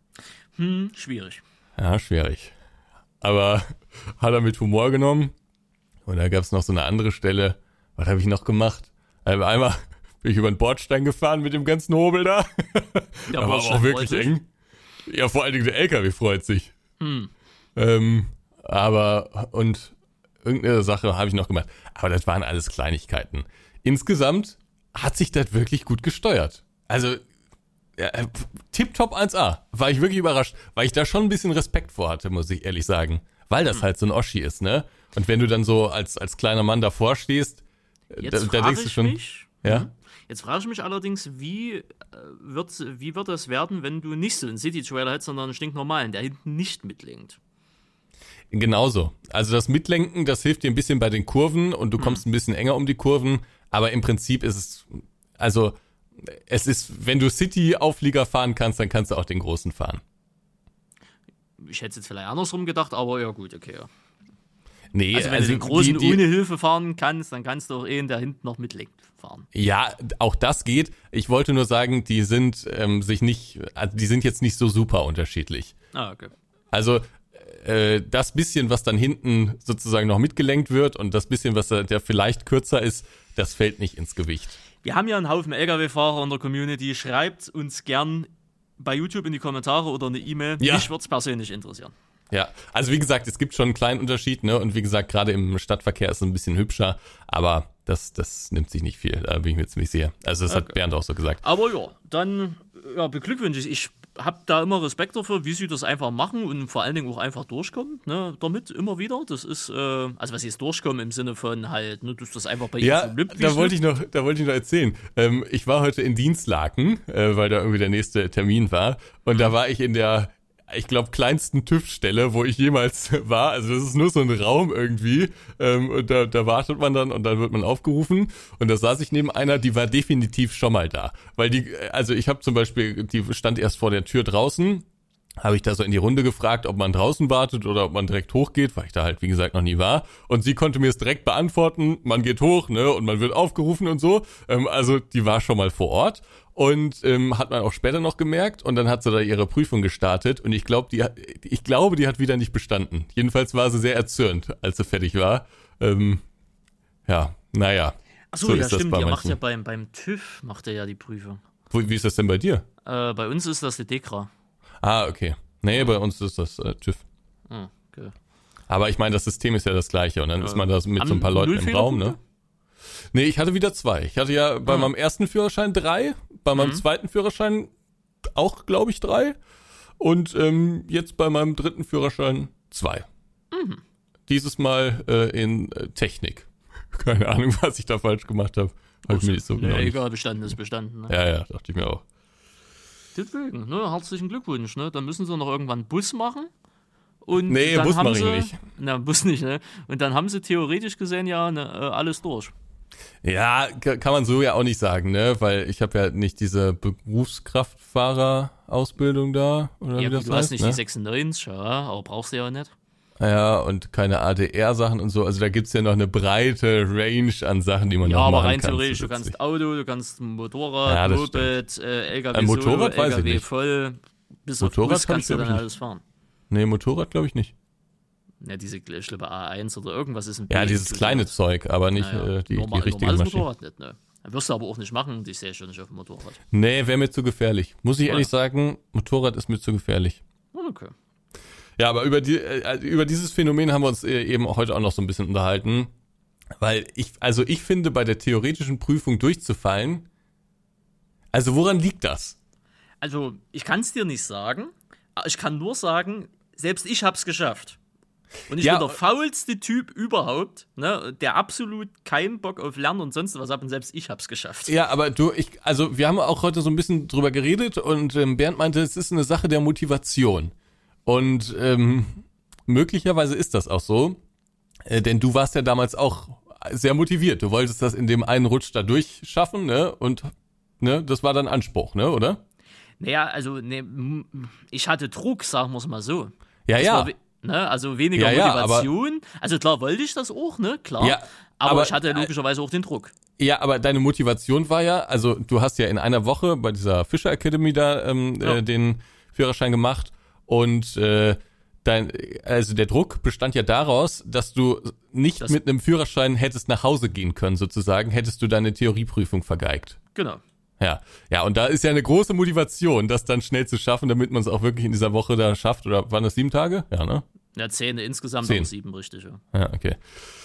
Hm, schwierig. Ja, schwierig. Aber hat er mit Humor genommen. Und da gab's noch so eine andere Stelle. Was habe ich noch gemacht? Also einmal bin ich über den Bordstein gefahren mit dem ganzen Hobel da. Der da war aber Bordstein auch wirklich freut sich. eng. Ja, vor allen Dingen der L K W freut sich. Hm. Ähm, aber, und irgendeine Sache habe ich noch gemacht. Aber das waren alles Kleinigkeiten. Insgesamt hat sich das wirklich gut gesteuert. Also, ja, äh, tipptopp eins A. War ich wirklich überrascht, weil ich da schon ein bisschen Respekt vor hatte, muss ich ehrlich sagen. Weil das halt so ein Oschi ist, ne? Und wenn du dann so als, als kleiner Mann davor stehst, äh, Jetzt da, da frage denkst du ich schon, mich, ja? Mhm. Jetzt frage ich mich allerdings, wie äh, wird wie wird das werden, wenn du nicht so einen City-Trailer hättest, sondern einen stinknormalen, der hinten nicht mitlenkt? Genauso. Also das Mitlenken, das hilft dir ein bisschen bei den Kurven und du kommst ein bisschen enger um die Kurven, aber im Prinzip ist es, also es ist, wenn du City-Auflieger fahren kannst, dann kannst du auch den großen fahren. Ich hätte es jetzt vielleicht andersrum gedacht, aber ja gut, okay. Ja. Nee, Also wenn du den großen die, die, ohne Hilfe fahren kannst, dann kannst du auch eh, der hinten noch mitlenkt, fahren. Ja, auch das geht. Ich wollte nur sagen, die sind ähm, sich nicht, also die sind jetzt nicht so super unterschiedlich. Ah, okay. Also äh, das bisschen, was dann hinten sozusagen noch mitgelenkt wird und das bisschen, was da der vielleicht kürzer ist, das fällt nicht ins Gewicht. Wir haben ja einen Haufen L K W-Fahrer in der Community. Schreibt uns gern bei YouTube in die Kommentare oder eine E-Mail. Ja. Mich würde es persönlich interessieren. Ja, also wie gesagt, es gibt schon einen kleinen Unterschied, ne? Und wie gesagt, gerade im Stadtverkehr ist es ein bisschen hübscher, aber das, das nimmt sich nicht viel, da bin ich mir ziemlich sicher. Also das Okay. hat Bernd auch so gesagt. Aber ja, dann ja, beglückwünsche ich. Ich habe da immer Respekt dafür, wie sie das einfach machen und vor allen Dingen auch einfach durchkommen, ne, damit immer wieder. Das ist, äh, also was ist durchkommen im Sinne von halt, ne, dass das einfach bei Ja, ihnen so lübt, wie da es wollte lübt. ich noch, da wollte ich noch erzählen. Ähm, ich war heute in Dienstlaken, äh, weil da irgendwie der nächste Termin war. Und da war ich in der, ich glaube, kleinsten TÜV-Stelle, wo ich jemals war. Also das ist nur so ein Raum irgendwie. Ähm, und da, da wartet man dann und dann wird man aufgerufen. Und da saß ich neben einer, die war definitiv schon mal da. Weil die, also ich habe zum Beispiel, die stand erst vor der Tür draußen. Habe ich da so in die Runde gefragt, ob man draußen wartet oder ob man direkt hochgeht, weil ich da halt, wie gesagt, noch nie war. Und sie konnte mir es direkt beantworten, man geht hoch, ne, und man wird aufgerufen und so. Ähm, also die war schon mal vor Ort und ähm, hat man auch später noch gemerkt. Und dann hat sie da ihre Prüfung gestartet und ich glaube, die hat, ich glaube, die hat wieder nicht bestanden. Jedenfalls war sie sehr erzürnt, als sie fertig war. Ähm, ja, naja. Achso, so ja ist das stimmt, bei ihr macht manchen. ja beim, beim TÜV, macht er ja die Prüfung. Wo, wie ist das denn bei dir? Äh, bei uns ist das die Dekra. Ah, okay. Nee, bei uns ist das äh, TÜV. Hm, okay. Aber ich meine, das System ist ja das gleiche und dann Ja. ist man da mit Haben so ein paar Leuten null im Raum, ne? Fehlerpunkte? Nee, ich hatte wieder zwei. Ich hatte ja bei Ah. meinem ersten Führerschein drei, bei meinem Mhm. zweiten Führerschein auch, glaube ich, drei. Und ähm, jetzt bei meinem dritten Führerschein zwei. Mhm. Dieses Mal äh, in äh, Technik. Keine Ahnung, was ich da falsch gemacht habe. Hab ich mir nicht so genau. Ja, egal, bestanden ist bestanden. Ne? Ja, ja, dachte ich mir auch. Deswegen, ne, herzlichen Glückwunsch. Ne? Dann müssen sie noch irgendwann Bus machen. Und nee, dann Bus haben mache ich sie, nicht. Na, Bus nicht, ne? Und dann haben sie theoretisch gesehen ja ne, alles durch. Ja, kann man so ja auch nicht sagen, ne? Weil ich habe ja nicht diese Berufskraftfahrer-Ausbildung da. Oder Ja, wie das gut, du heißt, hast nicht ne? die sechsundneunzig, ja, aber brauchst du ja nicht. Ja, und keine A D R-Sachen und so. Also da gibt's ja noch eine breite Range an Sachen, die man ja, noch machen kann. Ja, aber rein theoretisch, du kannst Auto, du kannst Motorrad, ja, Moped, äh, L K W Ein Motorrad solo, weiß L K W ich nicht. voll. Bis Motorrad auf Bus kannst ich, du dann nicht. alles fahren. Nee, Motorrad glaube ich nicht. Ja, diese, ich glaube, A eins oder irgendwas ist ein Ja, dieses kleine Zeug, aber nicht naja, äh, die, normal, die richtige normales Maschine. Motorrad nicht, ne? Wirst du aber auch nicht machen, ich sehe schon nicht auf dem Motorrad. Nee, wäre mir zu gefährlich. Muss ich Ja. ehrlich sagen, Motorrad ist mir zu gefährlich. Okay. Ja, aber über die äh, über dieses Phänomen haben wir uns äh, eben heute auch noch so ein bisschen unterhalten, weil ich also ich finde, bei der theoretischen Prüfung durchzufallen, also woran liegt das? Also, ich kann es dir nicht sagen, aber ich kann nur sagen, selbst ich hab's geschafft. Und ich Ja, bin der faulste Typ überhaupt, ne, der absolut keinen Bock auf Lernen und sonst was hat und selbst ich hab's geschafft. Ja, aber du, ich, also wir haben auch heute so ein bisschen drüber geredet und ähm, Bernd meinte, es ist eine Sache der Motivation. Und ähm, möglicherweise ist das auch so, äh, denn du warst ja damals auch sehr motiviert. Du wolltest das in dem einen Rutsch da durchschaffen, ne? Und ne, das war dann Anspruch, ne, oder? Naja, also ne, m- ich hatte Druck, sagen wir es mal so. Ja, Das ja. war we- Ne, also weniger Ja, ja, Motivation. Also klar wollte ich das auch, ne, klar. Ja, aber, aber, ich hatte äh, logischerweise auch den Druck. Ja, aber deine Motivation war ja, also du hast ja in einer Woche bei dieser Fischer Academy da ähm, Ja. äh, den Führerschein gemacht und äh, dein, also der Druck bestand ja daraus, dass du nicht Das- mit einem Führerschein hättest nach Hause gehen können, sozusagen, hättest du deine Theorieprüfung vergeigt. Genau. Ja, ja, und da ist ja eine große Motivation, das dann schnell zu schaffen, damit man es auch wirklich in dieser Woche da schafft. Oder waren das sieben Tage? Ja, ne? Ja, zehn insgesamt, Zehn. aber sieben, richtig, ja. Ja, okay.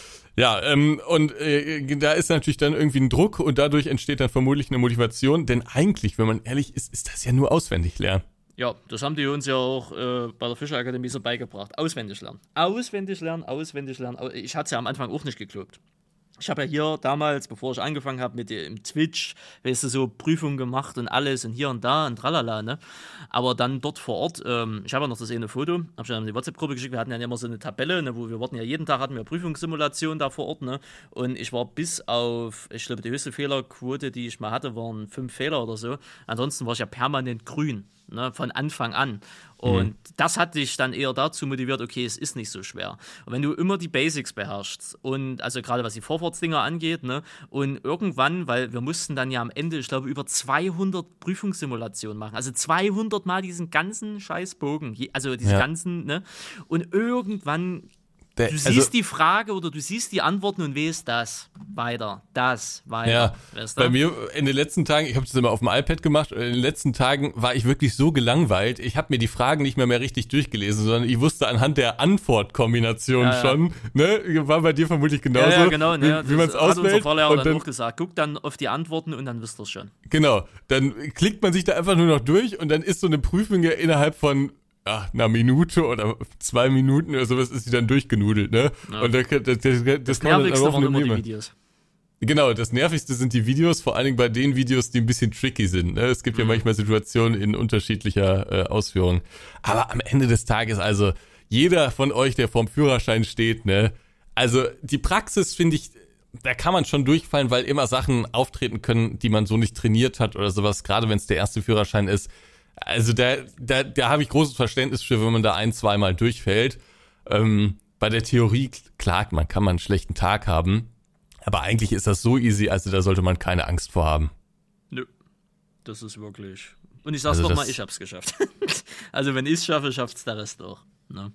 Ja, ähm, und äh, da ist natürlich dann irgendwie ein Druck und dadurch entsteht dann vermutlich eine Motivation, denn eigentlich, wenn man ehrlich ist, ist das ja nur auswendig lernen. Ja, das haben die uns ja auch äh, bei der Fischer Akademie so beigebracht. Auswendig lernen. Auswendig lernen, auswendig lernen. Au- Ich hatte es ja am Anfang auch nicht geglaubt. Ich habe ja hier damals, bevor ich angefangen habe mit dem Twitch, weißt du, so Prüfungen gemacht und alles und hier und da und tralala, ne? Aber dann dort vor Ort, ähm, ich habe ja noch das eine Foto, habe ich dann in die WhatsApp-Gruppe geschickt, wir hatten ja immer so eine Tabelle, ne, wo wir wurden ja jeden Tag hatten wir Prüfungssimulation da vor Ort, ne? Und ich war bis auf, ich glaube, die höchste Fehlerquote, die ich mal hatte, waren fünf Fehler oder so. Ansonsten war ich ja permanent grün, ne, von Anfang an. Und mhm. das hat dich dann eher dazu motiviert, okay, es ist nicht so schwer. Und wenn du immer die Basics beherrschst und also gerade was die Vorfahrtsdinger angeht, ne, und irgendwann, weil wir mussten dann ja am Ende, ich glaube, über zweihundert Prüfungssimulationen machen, also zweihundert Mal diesen ganzen Scheißbogen, je- also diese Ja. ganzen, ne, und irgendwann Der, du siehst also, die Frage oder du siehst die Antworten und weißt das, weiter, das, weiter. ja, weißt du? bei mir in den letzten Tagen, ich habe das immer auf dem iPad gemacht, in den letzten Tagen war ich wirklich so gelangweilt, ich habe mir die Fragen nicht mehr mehr richtig durchgelesen, sondern ich wusste anhand der Antwortkombination Ja, ja. schon, ne, war bei dir vermutlich genauso, ja, ja, genau, wie, ne, wie man es das hat unser auswählt. Fahrlehrer Und dann dann, auch gesagt, guck dann auf die Antworten und dann wisst ihr es schon. genau, dann klickt man sich da einfach nur noch durch und dann ist so eine Prüfung ja innerhalb von ach, einer Minute oder zwei Minuten oder sowas ist sie dann durchgenudelt, ne? Ja. Und da, das, das, das, das Das kann man dann Nervigste auch waren immer die nehmen. Videos. Genau, das Nervigste sind die Videos, vor allen Dingen bei den Videos, die ein bisschen tricky sind. Ne? Es gibt ja Mhm. manchmal Situationen in unterschiedlicher äh, Ausführung. Aber am Ende des Tages, also jeder von euch, der vorm Führerschein steht, ne, also die Praxis finde ich, da kann man schon durchfallen, weil immer Sachen auftreten können, die man so nicht trainiert hat oder sowas, gerade wenn es der erste Führerschein ist. Also da, da, da habe ich großes Verständnis für, wenn man da ein, zweimal durchfällt. Ähm, bei der Theorie, klar, man kann mal einen schlechten Tag haben, aber eigentlich ist das so easy, also da sollte man keine Angst vor haben. Nö, das ist wirklich... Und ich sag's Also nochmal, das- ich hab's geschafft. Also wenn ich's schaffe, schafft's der Rest auch. Ne?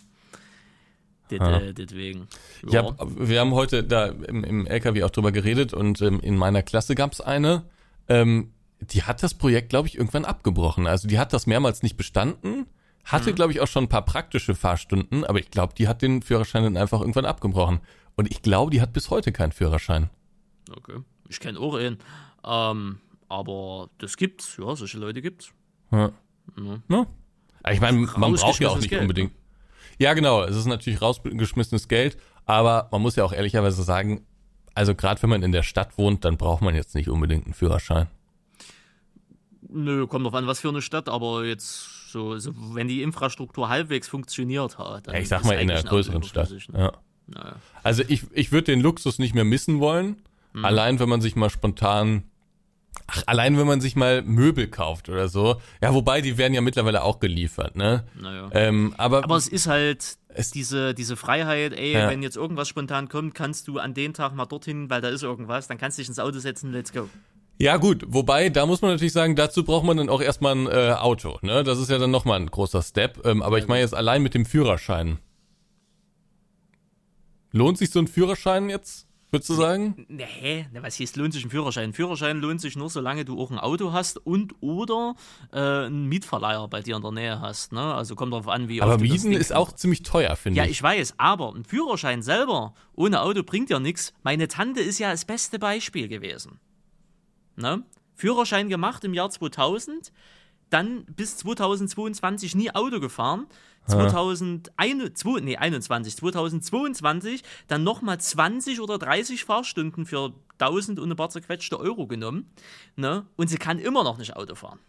Det, Ah. äh, deswegen. Ich hab, wir haben heute da im, im L K W auch drüber geredet und ähm, in meiner Klasse gab's eine, ähm, die hat das Projekt, glaube ich, irgendwann abgebrochen. Also die hat das mehrmals nicht bestanden, hatte, Mhm. glaube ich, auch schon ein paar praktische Fahrstunden, aber ich glaube, die hat den Führerschein dann einfach irgendwann abgebrochen. Und ich glaube, die hat bis heute keinen Führerschein. Okay. Ich kenne auch einen. Ähm, aber das gibt's, ja, solche Leute gibt's. Ja. Ja. Ne? Ich meine, man braucht ja auch nicht Geld, unbedingt. Ne? Ja, genau, es ist natürlich rausgeschmissenes Geld, aber man muss ja auch ehrlicherweise sagen, also gerade wenn man in der Stadt wohnt, dann braucht man jetzt nicht unbedingt einen Führerschein. Nö, kommt drauf an, was für eine Stadt, aber jetzt so, so wenn die Infrastruktur halbwegs funktioniert hat. Dann ja, ich sag mal in einer größeren Stadt. Ne? Ja. Naja. Also ich, ich würde den Luxus nicht mehr missen wollen, mhm. allein wenn man sich mal spontan, ach, allein wenn man sich mal Möbel kauft oder so. Ja, wobei, die werden ja mittlerweile auch geliefert, ne? Naja. Ähm, aber, aber es ist halt es, diese, diese Freiheit, ey, ja. wenn jetzt irgendwas spontan kommt, kannst du an den Tag mal dorthin, weil da ist irgendwas, dann kannst du dich ins Auto setzen, let's go. Ja gut, wobei, da muss man natürlich sagen, dazu braucht man dann auch erstmal ein äh, Auto, ne? Das ist ja dann nochmal ein großer Step, ähm, aber ich meine jetzt allein mit dem Führerschein. Lohnt sich so ein Führerschein jetzt, würdest du sagen? Nee, was hieß, lohnt sich ein Führerschein? Ein Führerschein lohnt sich nur, solange du auch ein Auto hast und oder äh, einen Mietverleiher bei dir in der Nähe hast, ne? Also kommt darauf an, wie aber oft du das Mieten Ding ist auch ziemlich teuer, finde ja, ich. Ja, ich weiß, aber ein Führerschein selber ohne Auto bringt ja nichts. Meine Tante ist ja das beste Beispiel gewesen. Ne? Führerschein gemacht im Jahr zweitausend, dann bis zweitausendzweiundzwanzig nie Auto gefahren, zweitausendeinundzwanzig, zweitausendzweiundzwanzig dann nochmal zwanzig oder dreißig Fahrstunden für tausend und ein paar zerquetschte Euro genommen, ne? Und sie kann immer noch nicht Auto fahren.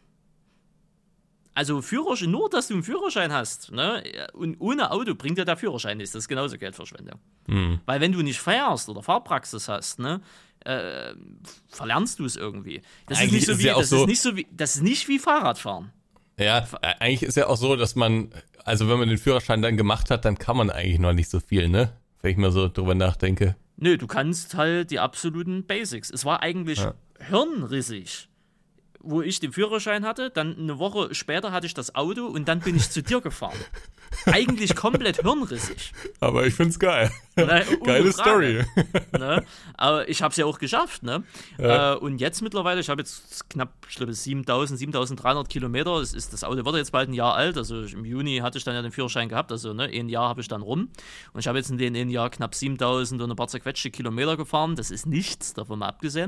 Also Führerschein, nur dass du einen Führerschein hast, ne? Und ohne Auto bringt dir der Führerschein nichts, das ist genauso Geldverschwendung. Mhm. Weil wenn du nicht fährst oder Fahrpraxis hast, ne? Äh, verlernst du es irgendwie. Das ist nicht so wie, das ist nicht so wie, das ist nicht wie Fahrradfahren. Ja, eigentlich ist ja auch so, dass man, also wenn man den Führerschein dann gemacht hat, dann kann man eigentlich noch nicht so viel, ne? Wenn ich mal so drüber nachdenke. Nö, du kannst halt die absoluten Basics. Es war eigentlich ja. hirnrissig, wo ich den Führerschein hatte, dann eine Woche später hatte ich das Auto und dann bin ich zu dir gefahren. Eigentlich komplett hirnrissig. Aber ich find's geil. Na, Geile Story. Ne? Aber ich hab's ja auch geschafft. Ne? Ja. Äh, und jetzt mittlerweile, ich habe jetzt knapp, ich glaube, siebentausend, siebentausenddreihundert Kilometer. Das, ist, das Auto wird jetzt bald ein Jahr alt. Also im Juni hatte ich dann ja den Führerschein gehabt. Also ne, ein Jahr habe ich dann rum. Und ich habe jetzt in dem ein Jahr knapp siebentausend und ein paar zerquetschte Kilometer gefahren. Das ist nichts, davon mal abgesehen.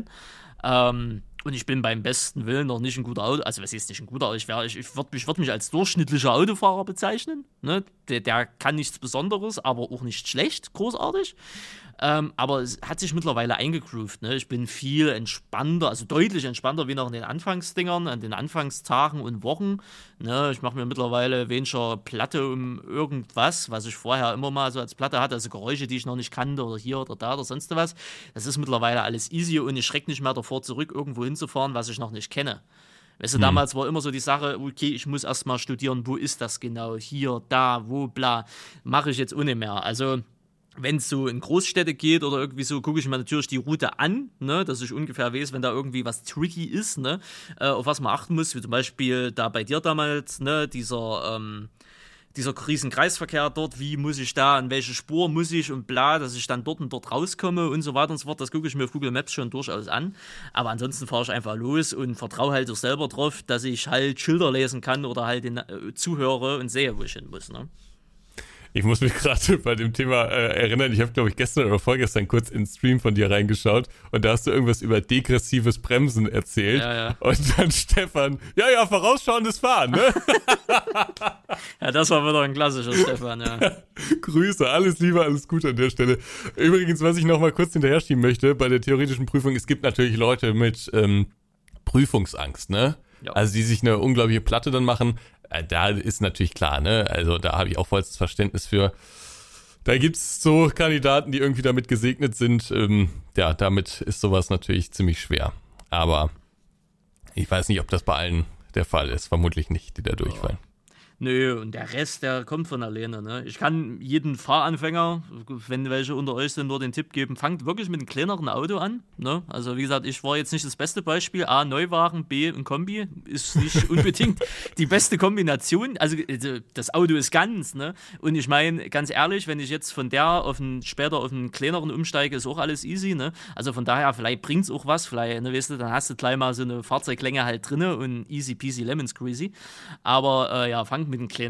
Ähm, und ich bin beim besten Willen noch nicht ein guter Auto, also was ist nicht ein guter Auto, ich, wär, ich, ich würde mich, würd mich als durchschnittlicher Autofahrer bezeichnen, ne? der, der kann nichts Besonderes, aber auch nicht schlecht, großartig, ähm, aber es hat sich mittlerweile eingegroovt, ne? Ich bin viel entspannter, also deutlich entspannter wie noch in den Anfangsdingern, an den Anfangstagen und Wochen, ne? Ich mache mir mittlerweile weniger Platte um irgendwas, was ich vorher immer mal so als Platte hatte, also Geräusche, die ich noch nicht kannte oder hier oder da oder sonst was, das ist mittlerweile alles easy und ich schrecke nicht mehr davor zurück, irgendwo hinzufahren, was ich noch nicht kenne. Weißt du, hm. damals war immer so die Sache, okay, ich muss erstmal studieren, wo ist das genau, hier, da, wo, bla, mache ich jetzt ohne mehr. Also, wenn es so in Großstädte geht oder irgendwie so, gucke ich mir natürlich die Route an, ne, dass ich ungefähr weiß, wenn da irgendwie was tricky ist, ne, äh, auf was man achten muss, wie zum Beispiel da bei dir damals, ne, dieser, ähm, dieser riesen Kreisverkehr dort, wie muss ich da, an welche Spur muss ich und bla, dass ich dann dort und dort rauskomme und so weiter und so fort, das gucke ich mir auf Google Maps schon durchaus an, aber ansonsten fahre ich einfach los und vertraue halt auch selber drauf, dass ich halt Schilder lesen kann oder halt den, äh, zuhöre und sehe, wo ich hin muss, ne. Ich muss mich gerade bei dem Thema äh, erinnern, ich habe, glaube ich, gestern oder vorgestern kurz in den Stream von dir reingeschaut und da hast du irgendwas über degressives Bremsen erzählt. Ja, ja. Und dann Stefan, ja, ja, vorausschauendes Fahren, ne? Ja, das war wieder ein klassischer Stefan, ja. Grüße, alles Liebe, alles Gute an der Stelle. Übrigens, was ich noch mal kurz hinterher schieben möchte, bei der theoretischen Prüfung, es gibt natürlich Leute mit ähm, Prüfungsangst, ne? Ja. Also die sich eine unglaubliche Platte dann machen. Da ist natürlich klar, ne? Also da habe ich auch vollstes Verständnis für. Da gibt's so Kandidaten, die irgendwie damit gesegnet sind. Ähm, ja, damit ist sowas natürlich ziemlich schwer. Aber ich weiß nicht, ob das bei allen der Fall ist. Vermutlich nicht, die da durchfallen. Nö, und der Rest, der kommt von alleine, ne? Ich kann jeden Fahranfänger, wenn welche unter euch sind, nur den Tipp geben, fangt wirklich mit einem kleineren Auto an, ne? Also wie gesagt, ich war jetzt nicht das beste Beispiel, A, Neuwagen, B, ein Kombi, ist nicht unbedingt die beste Kombination, also das Auto ist ganz, ne? Und ich meine, ganz ehrlich, wenn ich jetzt von der auf einen, später auf einen kleineren umsteige, ist auch alles easy, ne? Also von daher, vielleicht bringt's auch was, vielleicht, ne, weißt du, dann hast du gleich mal so eine Fahrzeuglänge halt drinne und easy peasy lemon squeezy, aber äh, ja, fangt mit einem kleinen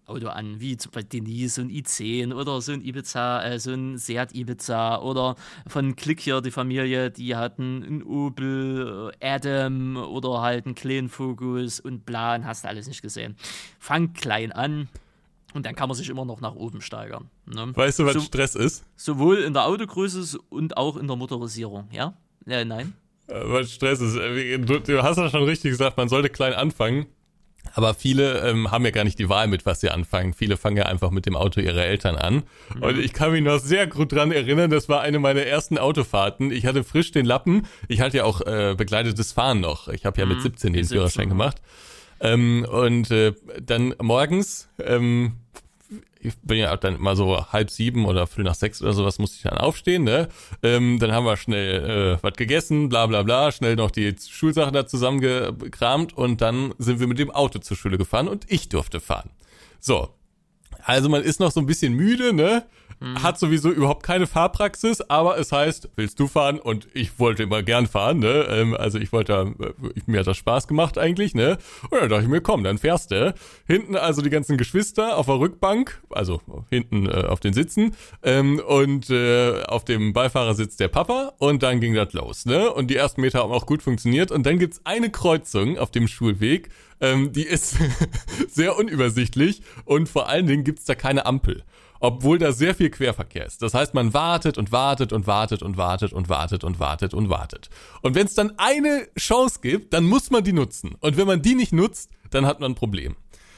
Auto an, wie zum Beispiel Denise, so ein i zehn oder so ein Ibiza, äh, so ein Seat Ibiza oder von Klick hier, die Familie, die hatten einen Opel Adam oder halt einen kleinen Focus und bla, und hast du alles nicht gesehen. Fang klein an und dann kann man sich immer noch nach oben steigern. Ne? Weißt du, was so, Stress ist? Sowohl in der Autogröße und auch in der Motorisierung, ja? Äh, nein? Was Stress ist, du, du hast ja schon richtig gesagt, man sollte klein anfangen. Aber viele ähm, haben ja gar nicht die Wahl, mit was sie anfangen. Viele fangen ja einfach mit dem Auto ihrer Eltern an. Mhm. Und ich kann mich noch sehr gut dran erinnern, das war eine meiner ersten Autofahrten. Ich hatte frisch den Lappen. Ich hatte ja auch äh, begleitetes Fahren noch. Ich habe ja mhm. mit siebzehn den Führerschein gemacht. Ähm, und äh, dann morgens, ähm, ich bin ja dann immer so halb sieben oder früh nach sechs oder sowas, musste ich dann aufstehen, ne? Ähm, dann haben wir schnell äh, was gegessen, bla bla bla, schnell noch die Schulsachen da zusammengekramt und dann sind wir mit dem Auto zur Schule gefahren und ich durfte fahren. So, also man ist noch so ein bisschen müde, ne? Mhm. Hat sowieso überhaupt keine Fahrpraxis, aber es heißt, willst du fahren? Und ich wollte immer gern fahren, ne? Ähm, also ich wollte, äh, mir hat das Spaß gemacht eigentlich, ne? Und dann dachte ich mir, komm, dann fährst du. Hinten also die ganzen Geschwister auf der Rückbank, also hinten äh, auf den Sitzen, ähm, und äh, auf dem Beifahrersitz der Papa und dann ging das los, ne? Und die ersten Meter haben auch gut funktioniert und dann gibt's eine Kreuzung auf dem Schulweg, ähm, die ist sehr unübersichtlich und vor allen Dingen gibt's da keine Ampel. Obwohl da sehr viel Querverkehr ist. Das heißt, man wartet und wartet und wartet und wartet und wartet und wartet und wartet. Und wenn es dann eine Chance gibt, dann muss man die nutzen. Und wenn man die nicht nutzt, dann hat man ein Problem.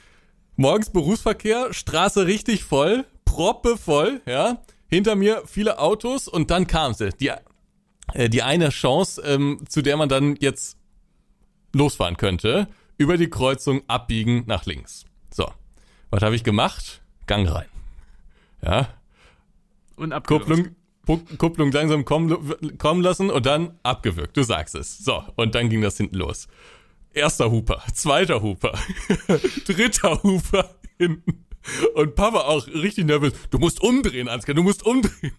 Morgens Berufsverkehr, Straße richtig voll, Proppe voll, ja. Hinter mir viele Autos und dann kam sie. Die, äh, die eine Chance, ähm, zu der man dann jetzt losfahren könnte, über die Kreuzung abbiegen nach links. So, was habe ich gemacht? Gang rein. Ja. Und Kupplung, Kupplung langsam kommen, kommen lassen und dann abgewürgt. Du sagst es. So, und dann ging das hinten los. Erster Huper, zweiter Huper, dritter Huper hinten. Und Papa auch richtig nervös. Du musst umdrehen, Ansgar, du musst umdrehen.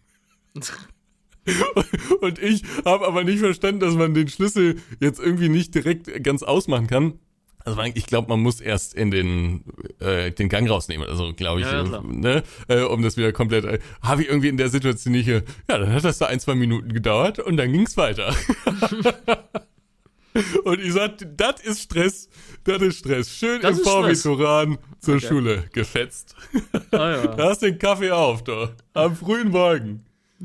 Und ich habe aber nicht verstanden, dass man den Schlüssel jetzt irgendwie nicht direkt ganz ausmachen kann. Also ich glaube, man muss erst in den äh, den Gang rausnehmen, also glaube ich, ja, äh, ne, äh, um das wieder komplett. Äh, habe ich irgendwie in der Situation nicht. Äh, ja, dann hat das da ein zwei Minuten gedauert und dann ging's weiter. Und ich sagte, das ist Stress, das ist Stress. Schön das im V W Touran zur okay. Schule gefetzt. Ah, ja. Da hast den Kaffee auf, doch am frühen Morgen.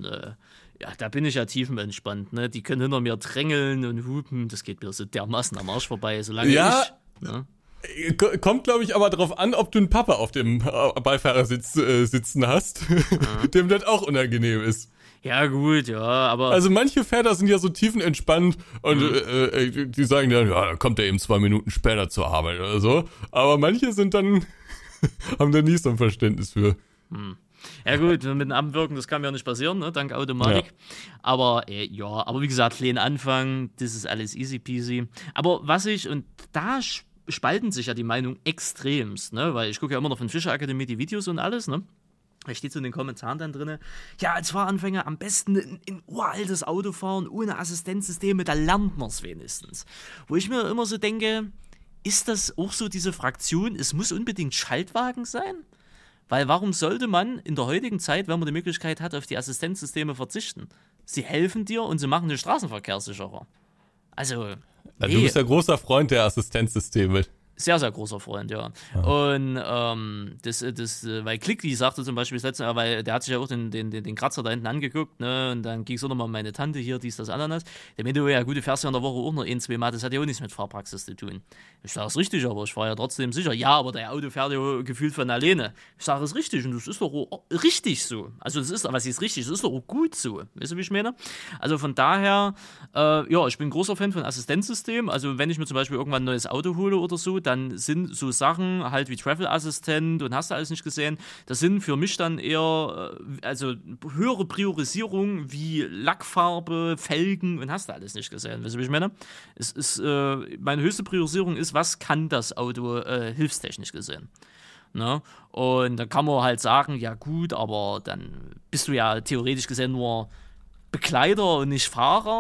Ja, da bin ich ja tiefenentspannt, ne? Die können hinter mir drängeln und hupen, das geht mir so dermaßen am Arsch vorbei, solange ja. ich. Ne? Kommt, glaube ich, aber drauf an, ob du einen Papa auf dem Beifahrersitz äh, sitzen hast, ah. dem das auch unangenehm ist. Ja, gut, ja, aber... Also manche Väter sind ja so tiefenentspannt und mhm. äh, die sagen dann, ja, dann kommt er eben zwei Minuten später zur Arbeit oder so. Aber manche sind dann, haben da nie so ein Verständnis für. Mhm. Ja gut, mit dem Abwirken, das kann mir ja nicht passieren, ne, dank Automatik. Ja. Aber äh, ja, aber wie gesagt, kleinen Anfang, das ist alles easy peasy. Aber was ich, und da spalten sich ja die Meinungen extremst, ne, weil ich gucke ja immer noch von Fischer Akademie die Videos und alles, ne. Da steht so in den Kommentaren dann drin, ja, als Fahranfänger am besten in, in uraltes Auto fahren, ohne Assistenzsysteme, da lernt man es wenigstens. Wo ich mir immer so denke, ist das auch so diese Fraktion, es muss unbedingt Schaltwagen sein? Weil warum sollte man in der heutigen Zeit, wenn man die Möglichkeit hat, auf die Assistenzsysteme verzichten? Sie helfen dir und sie machen den Verkehr sicherer. Also, nee. Du bist ja großer Freund der Assistenzsysteme. Sehr, sehr großer Freund, ja. Ah. Und ähm, das, das, weil Klickli sagte zum Beispiel das letzte Mal, weil der hat sich ja auch den, den, den Kratzer da hinten angeguckt, ne, und dann ging es auch nochmal um meine Tante hier, dies, das, Ananas. Der meinte, ja gut, du fährst ja in der Woche auch noch ein, zwei Mal, das hat ja auch nichts mit Fahrpraxis zu tun. Ich sage, es ist richtig, aber ich fahre ja trotzdem sicher. Ja, aber der Auto fährt ja gefühlt von alleine. Ich sage, es ist richtig und das ist doch auch richtig so. Also das ist, was ist richtig, das ist doch auch gut so. Weißt du, wie ich meine? Also von daher, äh, ja, ich bin ein großer Fan von Assistenzsystemen. Also wenn ich mir zum Beispiel irgendwann ein neues Auto hole oder so, dann sind so Sachen halt wie Travel-Assistent und hast du alles nicht gesehen, das sind für mich dann eher, also höhere Priorisierung wie Lackfarbe, Felgen und hast du alles nicht gesehen. Weißt du, wie ich meine? Es ist, äh, meine höchste Priorisierung ist, was kann das Auto äh, hilfstechnisch gesehen? Ne? Und dann kann man halt sagen, ja gut, aber dann bist du ja theoretisch gesehen nur Begleiter und nicht Fahrer.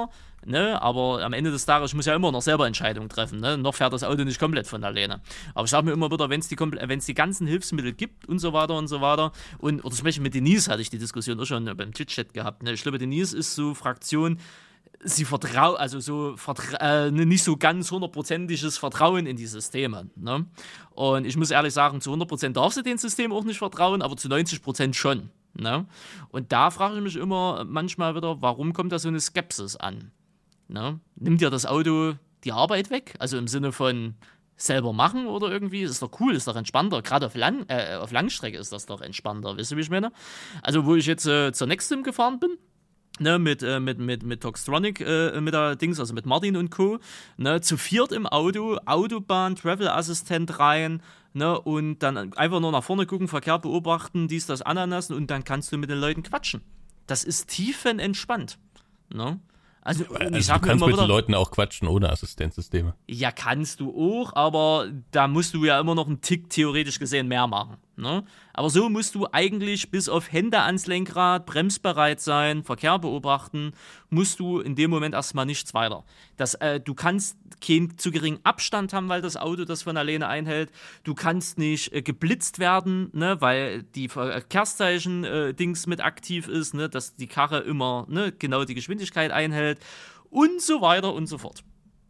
ne? Aber am Ende des Tages, ich muss ja immer noch selber Entscheidungen treffen, ne? Noch fährt das Auto nicht komplett von alleine. Aber ich sage mir immer wieder, wenn es die, die ganzen Hilfsmittel gibt und so weiter und so weiter, und, oder zum Beispiel mit Denise hatte ich die Diskussion auch schon beim Chit-Chat gehabt, ne? Ich glaube, Denise ist so Fraktion, sie vertraut, also so vertra- äh, nicht so ganz hundertprozentiges Vertrauen in die Systeme. Ne? Und ich muss ehrlich sagen, zu hundert Prozent darf sie dem System auch nicht vertrauen, aber zu neunzig Prozent schon. Ne? Und da frage ich mich immer manchmal wieder, warum kommt da so eine Skepsis an? Ne? Nimmt dir das Auto die Arbeit weg? Also im Sinne von selber machen oder irgendwie? Das ist doch cool, ist doch entspannter. Gerade auf, Lang- äh, auf Langstrecke ist das doch entspannter. Wisst ihr, wie ich meine? Also wo ich jetzt äh, zur Nextim gefahren bin, Ne, mit, äh, mit, mit, mit Toxtronic, äh, mit der Dings, also mit Martin und Co. Ne, zu viert im Auto, Autobahn, Travel-Assistent rein, ne, und dann einfach nur nach vorne gucken, Verkehr beobachten, dies, das, Ananas, und dann kannst du mit den Leuten quatschen. Das ist tiefenentspannt. Ne? Also, also ich du kannst immer mit wieder, den Leuten auch quatschen ohne Assistenzsysteme. Ja, kannst du auch, aber da musst du ja immer noch einen Tick theoretisch gesehen mehr machen. Ne? Aber so musst du eigentlich bis auf Hände ans Lenkrad, bremsbereit sein, Verkehr beobachten, musst du in dem Moment erstmal nichts weiter. Das, äh, du kannst keinen zu geringen Abstand haben, weil das Auto das von alleine einhält. Du kannst nicht äh, geblitzt werden, ne, weil die Verkehrszeichen-Dings äh, mit aktiv ist, ne, dass die Karre immer ne, genau die Geschwindigkeit einhält und so weiter und so fort.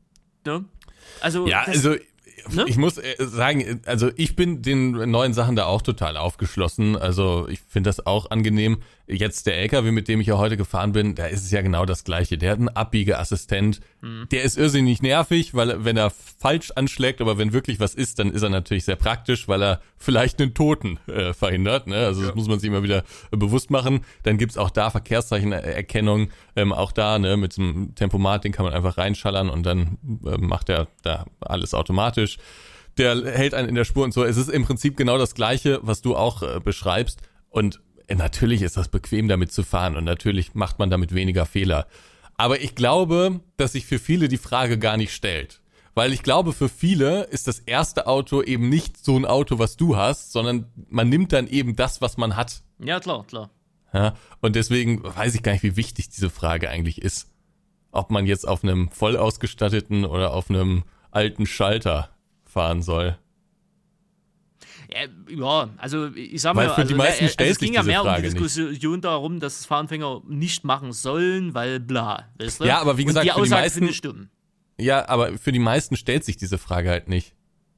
Ne? Also, ja, das, also ne? ich muss sagen, also ich bin den neuen Sachen da auch total aufgeschlossen. Also ich finde das auch angenehm. Jetzt der L K W, mit dem ich ja heute gefahren bin, da ist es ja genau das Gleiche. Der hat einen Abbiegeassistent. Mhm. Der ist irrsinnig nervig, weil wenn er falsch anschlägt, aber wenn wirklich was ist, dann ist er natürlich sehr praktisch, weil er vielleicht einen Toten äh, verhindert. Ne? Also ja. Das muss man sich immer wieder äh, bewusst machen. Dann gibt's auch da Verkehrszeichenerkennung. Ähm, auch da ne, mit dem Tempomat, den kann man einfach reinschallern und dann äh, macht er da alles automatisch. Der hält einen in der Spur und so. Es ist im Prinzip genau das Gleiche, was du auch äh, beschreibst. Und natürlich ist das bequem, damit zu fahren und natürlich macht man damit weniger Fehler. Aber ich glaube, dass sich für viele die Frage gar nicht stellt. Weil ich glaube, für viele ist das erste Auto eben nicht so ein Auto, was du hast, sondern man nimmt dann eben das, was man hat. Ja, klar, klar. Ja, und deswegen weiß ich gar nicht, wie wichtig diese Frage eigentlich ist. Ob man jetzt auf einem voll ausgestatteten oder auf einem alten Schalter fahren soll. Ja, also ich sag mal, weil für also, die meisten also, stellt es ging sich ja diese mehr Frage um die Diskussion nicht. darum, dass es Fahranfänger nicht machen sollen, weil bla, weißt du? Ja, aber wie gesagt, und die für die Aussage meisten, finde ich dumm. Ja, aber für die meisten stellt sich diese Frage halt nicht.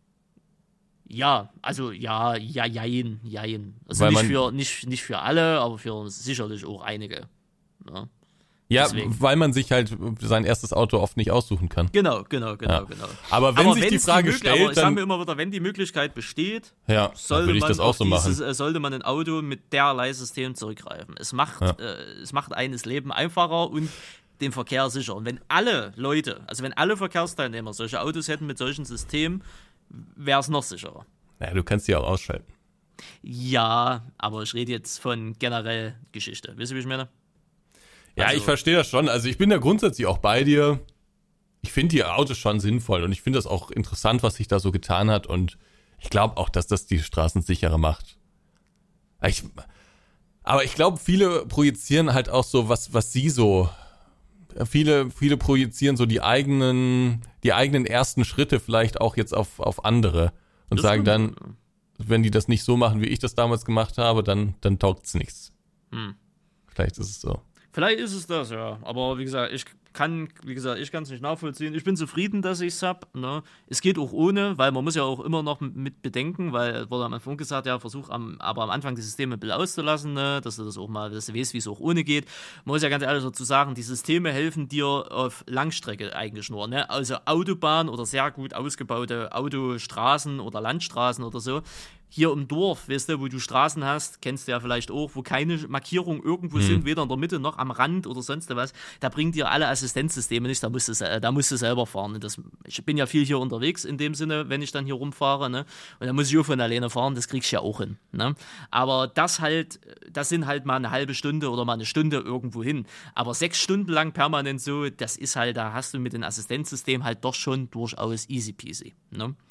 Ja, also ja, ja, jein, jein. Also weil nicht man, für, nicht, nicht für alle, aber für sicherlich auch einige. Ja. Ja, Deswegen. weil man sich halt sein erstes Auto oft nicht aussuchen kann. Genau, genau, genau, ja. genau. Aber wenn aber sich die Frage die stellt, aber ich dann... sage mir immer wieder, wenn die Möglichkeit besteht, ja, sollte, ich man das auch so dieses, machen. sollte man ein Auto mit derlei System zurückgreifen. Es macht, ja. äh, es macht eines Leben einfacher und den Verkehr sicher. Und wenn alle Leute, also wenn alle Verkehrsteilnehmer solche Autos hätten mit solchen Systemen, wäre es noch sicherer. Naja, du kannst die auch ausschalten. Ja, aber ich rede jetzt von generell Geschichte. Wisst ihr, wie ich meine? Ja, also, ich verstehe das schon. Also ich bin da grundsätzlich auch bei dir. Ich finde die Autos schon sinnvoll und ich finde das auch interessant, was sich da so getan hat und ich glaube auch, dass das die Straßen sicherer macht. Ich, aber ich glaube, viele projizieren halt auch so, was, was sie so, viele, viele projizieren so die eigenen, die eigenen ersten Schritte vielleicht auch jetzt auf, auf andere und sagen dann, wenn die das nicht so machen, wie ich das damals gemacht habe, dann, dann taugt's nichts. Hm. Vielleicht ist es so. Vielleicht ist es das, ja. Aber wie gesagt, ich kann, wie gesagt, ich kann es nicht nachvollziehen. Ich bin zufrieden, dass ich es habe. Ne? Es geht auch ohne, weil man muss ja auch immer noch mit bedenken, weil es wurde am Anfang gesagt, ja, versuch am, aber am Anfang die Systeme ein bisschen auszulassen, ne? Dass du das auch mal, dass du weißt, wie es auch ohne geht. Man muss ja ganz ehrlich dazu sagen, die Systeme helfen dir auf Langstrecke eigentlich nur. Ne? Also Autobahn oder sehr gut ausgebaute Autostraßen oder Landstraßen oder so. Hier im Dorf, weißt du, wo du Straßen hast, kennst du ja vielleicht auch, wo keine Markierungen irgendwo mhm. sind, weder in der Mitte noch am Rand oder sonst was, da bringt dir alle Assistenzsysteme nicht, da musst du, da musst du selber fahren. Das, ich bin ja viel hier unterwegs in dem Sinne, wenn ich dann hier rumfahre, ne? Und da muss ich auch von alleine fahren, das kriegst du ja auch hin. Ne? Aber das halt, das sind halt mal eine halbe Stunde oder mal eine Stunde irgendwo hin. Aber sechs Stunden lang permanent so, das ist halt, da hast du mit dem Assistenzsystem halt doch schon durchaus easy peasy. Ne?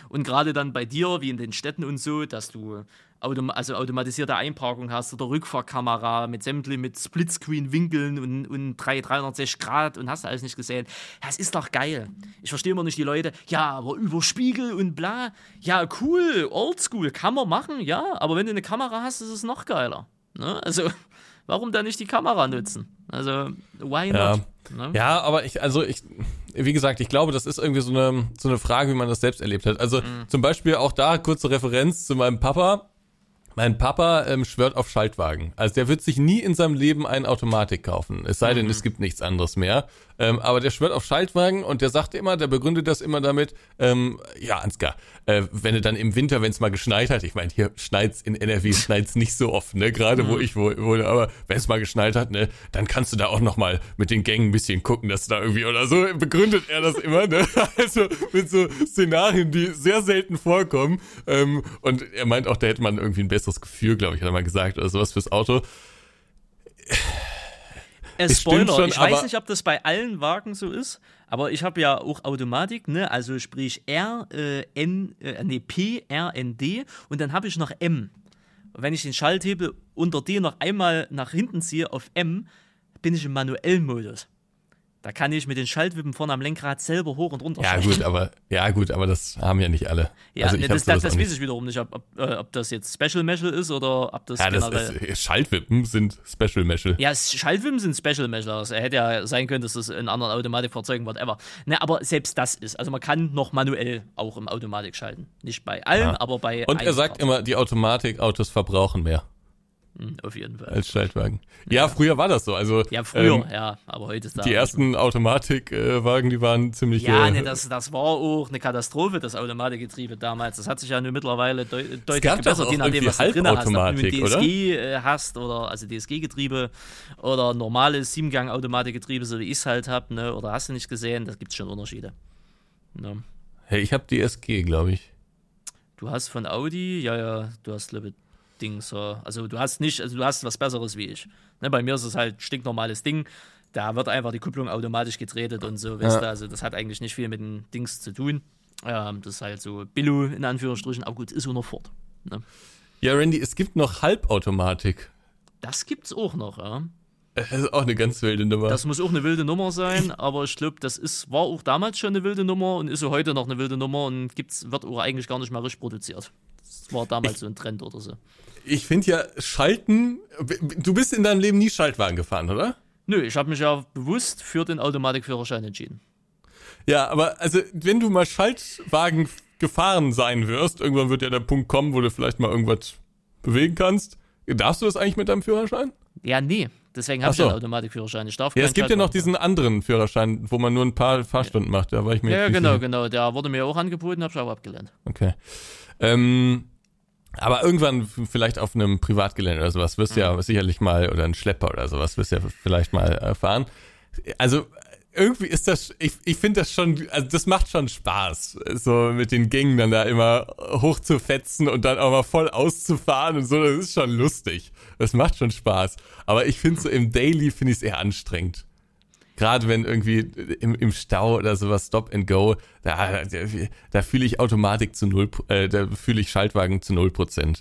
Und gerade dann bei dir, wie in den Städten und so, dass du autom- also automatisierte Einparkung hast oder Rückfahrkamera mit sämtlichen, mit Splitscreen-Winkeln und, und drei- dreihundertsechzig Grad und hast du alles nicht gesehen. Das ist doch geil. Ich verstehe immer nicht die Leute, ja, aber über Spiegel und bla. Ja, cool, oldschool, kann man machen, ja, aber wenn du eine Kamera hast, ist es noch geiler. Ne? Also, warum dann nicht die Kamera nutzen? Also, why not? Ja. Ne? Ja, aber ich, also ich, wie gesagt, ich glaube, das ist irgendwie so eine, so eine Frage, wie man das selbst erlebt hat. Also mhm. zum Beispiel auch da kurze Referenz zu meinem Papa. Mein Papa ähm, schwört auf Schaltwagen. Also der wird sich nie in seinem Leben eine Automatik kaufen. Es sei denn, mhm. es gibt nichts anderes mehr. Ähm, aber der schwört auf Schaltwagen und der sagt immer, der begründet das immer damit, ähm, ja, Ansgar, äh, wenn du dann im Winter, wenn es mal geschneit hat, ich meine, hier schneit's in N R W, schneit's nicht so oft, ne, gerade mhm. wo ich wohne, aber wenn es mal geschneit hat, ne, dann kannst du da auch noch mal mit den Gängen ein bisschen gucken, dass du da irgendwie, oder so begründet er das immer, ne, also mit so Szenarien, die sehr selten vorkommen, ähm, und er meint auch, da hätte man irgendwie ein besseres Gefühl, glaube ich, hat er mal gesagt, oder sowas fürs Auto. Äh, Spoiler, schon, ich weiß nicht, ob das bei allen Wagen so ist, aber ich habe ja auch Automatik, ne, also sprich R, äh, N, äh, nee, P, R, N, D und dann habe ich noch M. Und wenn ich den Schalthebel unter D noch einmal nach hinten ziehe auf M, bin ich im manuellen Modus. Da kann ich mit den Schaltwippen vorne am Lenkrad selber hoch und runter ja, schalten. gut, aber, ja gut, aber das haben ja nicht alle. Ja, also ich ne, das, das, das, das weiß ich wiederum nicht, ob, ob, äh, ob das jetzt Special Metal ist oder ob das ja, das generell... ist, Schaltwippen sind Special Metal. Ja, Schaltwippen sind Special Measures. Er hätte ja sein können, dass das in anderen Automatikfahrzeugen, whatever. Ne, aber selbst das ist, also man kann noch manuell auch im Automatik schalten. Nicht bei allen, ja. aber bei Und er sagt immer, die Automatikautos verbrauchen mehr. Auf jeden Fall. Als Schaltwagen. Ja, ja, früher war das so. Also, ja, früher, ähm, ja, aber heute ist da. Die ersten Automatikwagen, äh, die waren ziemlich... Ja, äh, ne, das, das war auch eine Katastrophe, das Automatikgetriebe damals. Das hat sich ja nur mittlerweile de- deutlich gab gebessert, je nachdem, was du drin hast. Ob du ein D S G oder? hast, oder also D S G-Getriebe oder normales Siebengang-Automatikgetriebe, so wie ich es halt habe, ne, oder hast du nicht gesehen, da gibt es schon Unterschiede. Ne. Hey, ich habe D S G, glaube ich. Du hast von Audi, ja, ja, du hast, glaube ich, Ding so. Also du hast nicht, also du hast was Besseres wie ich. Ne, bei mir ist es halt stinknormales Ding. Da wird einfach die Kupplung automatisch gedreht und so, weißt ja. du, also das hat eigentlich nicht viel mit den Dings zu tun. Ähm, das ist halt so Billo in Anführungsstrichen, aber gut, ist so noch fort. Ne? Ja, Randy, es gibt noch Halbautomatik. Das gibt's auch noch, ja. Das ist auch eine ganz wilde Nummer. Das muss auch eine wilde Nummer sein, aber ich glaube, das ist, war auch damals schon eine wilde Nummer und ist auch heute noch eine wilde Nummer und gibt's, wird auch eigentlich gar nicht mehr richtig produziert. Das war damals ich, so ein Trend oder so. Ich finde ja, Schalten, du bist in deinem Leben nie Schaltwagen gefahren, oder? Nö, ich habe mich ja bewusst für den Automatikführerschein entschieden. Ja, aber also, wenn du mal Schaltwagen gefahren sein wirst, irgendwann wird ja der Punkt kommen, wo du vielleicht mal irgendwas bewegen kannst. Darfst du das eigentlich mit deinem Führerschein? Ja, nee. Deswegen habe ich so. ja einen Automatikführerschein. Ich darf ja, es gibt ja noch diesen anderen Führerschein, wo man nur ein paar Fahrstunden ja. macht. Da war ich mir ja, ja genau, viel. genau. Der wurde mir auch angeboten, habe ich aber abgelehnt. Okay. Ähm, aber irgendwann vielleicht auf einem Privatgelände oder sowas wirst du mhm. ja sicherlich mal, oder ein Schlepper oder sowas wirst du ja vielleicht mal äh, fahren. Also irgendwie ist das, ich, ich finde das schon, also das macht schon Spaß, so mit den Gängen dann da immer hochzufetzen und dann auch mal voll auszufahren und so, das ist schon lustig. Das macht schon Spaß. Aber ich finde so im Daily finde ich es eher anstrengend. Gerade wenn irgendwie im, im Stau oder sowas Stop and Go, da, da, da fühle ich Automatik zu null, äh, da fühle ich Schaltwagen zu null Prozent.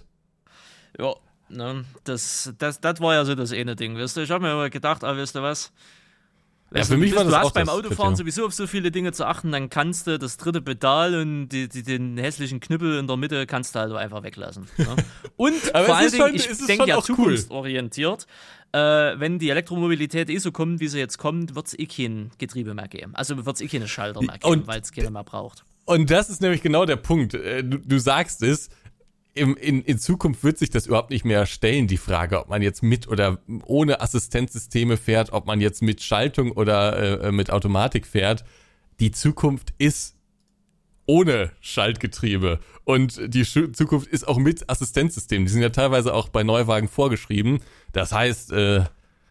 Ja, ne, das, das, das war ja so das eine Ding, weißt du. Ich habe mir immer gedacht, ah, weißt du was, ja, für mich du, war das du hast auch beim das Autofahren sowieso auf so viele Dinge zu achten, dann kannst du das dritte Pedal und die, die, den hässlichen Knüppel in der Mitte kannst du halt einfach weglassen. Ne? Und vor allen Dingen, ich denke ja zukunftsorientiert, cool. äh, wenn die Elektromobilität eh so kommt, wie sie jetzt kommt, wird es eh kein Getriebe mehr geben. Also wird es eh keine Schalter mehr geben, weil es keiner mehr braucht. Und das ist nämlich genau der Punkt. Du, du sagst es, In, in, in Zukunft wird sich das überhaupt nicht mehr stellen, die Frage, ob man jetzt mit oder ohne Assistenzsysteme fährt, ob man jetzt mit Schaltung oder äh, mit Automatik fährt. Die Zukunft ist ohne Schaltgetriebe und die Sch- Zukunft ist auch mit Assistenzsystemen. Die sind ja teilweise auch bei Neuwagen vorgeschrieben. Das heißt, äh,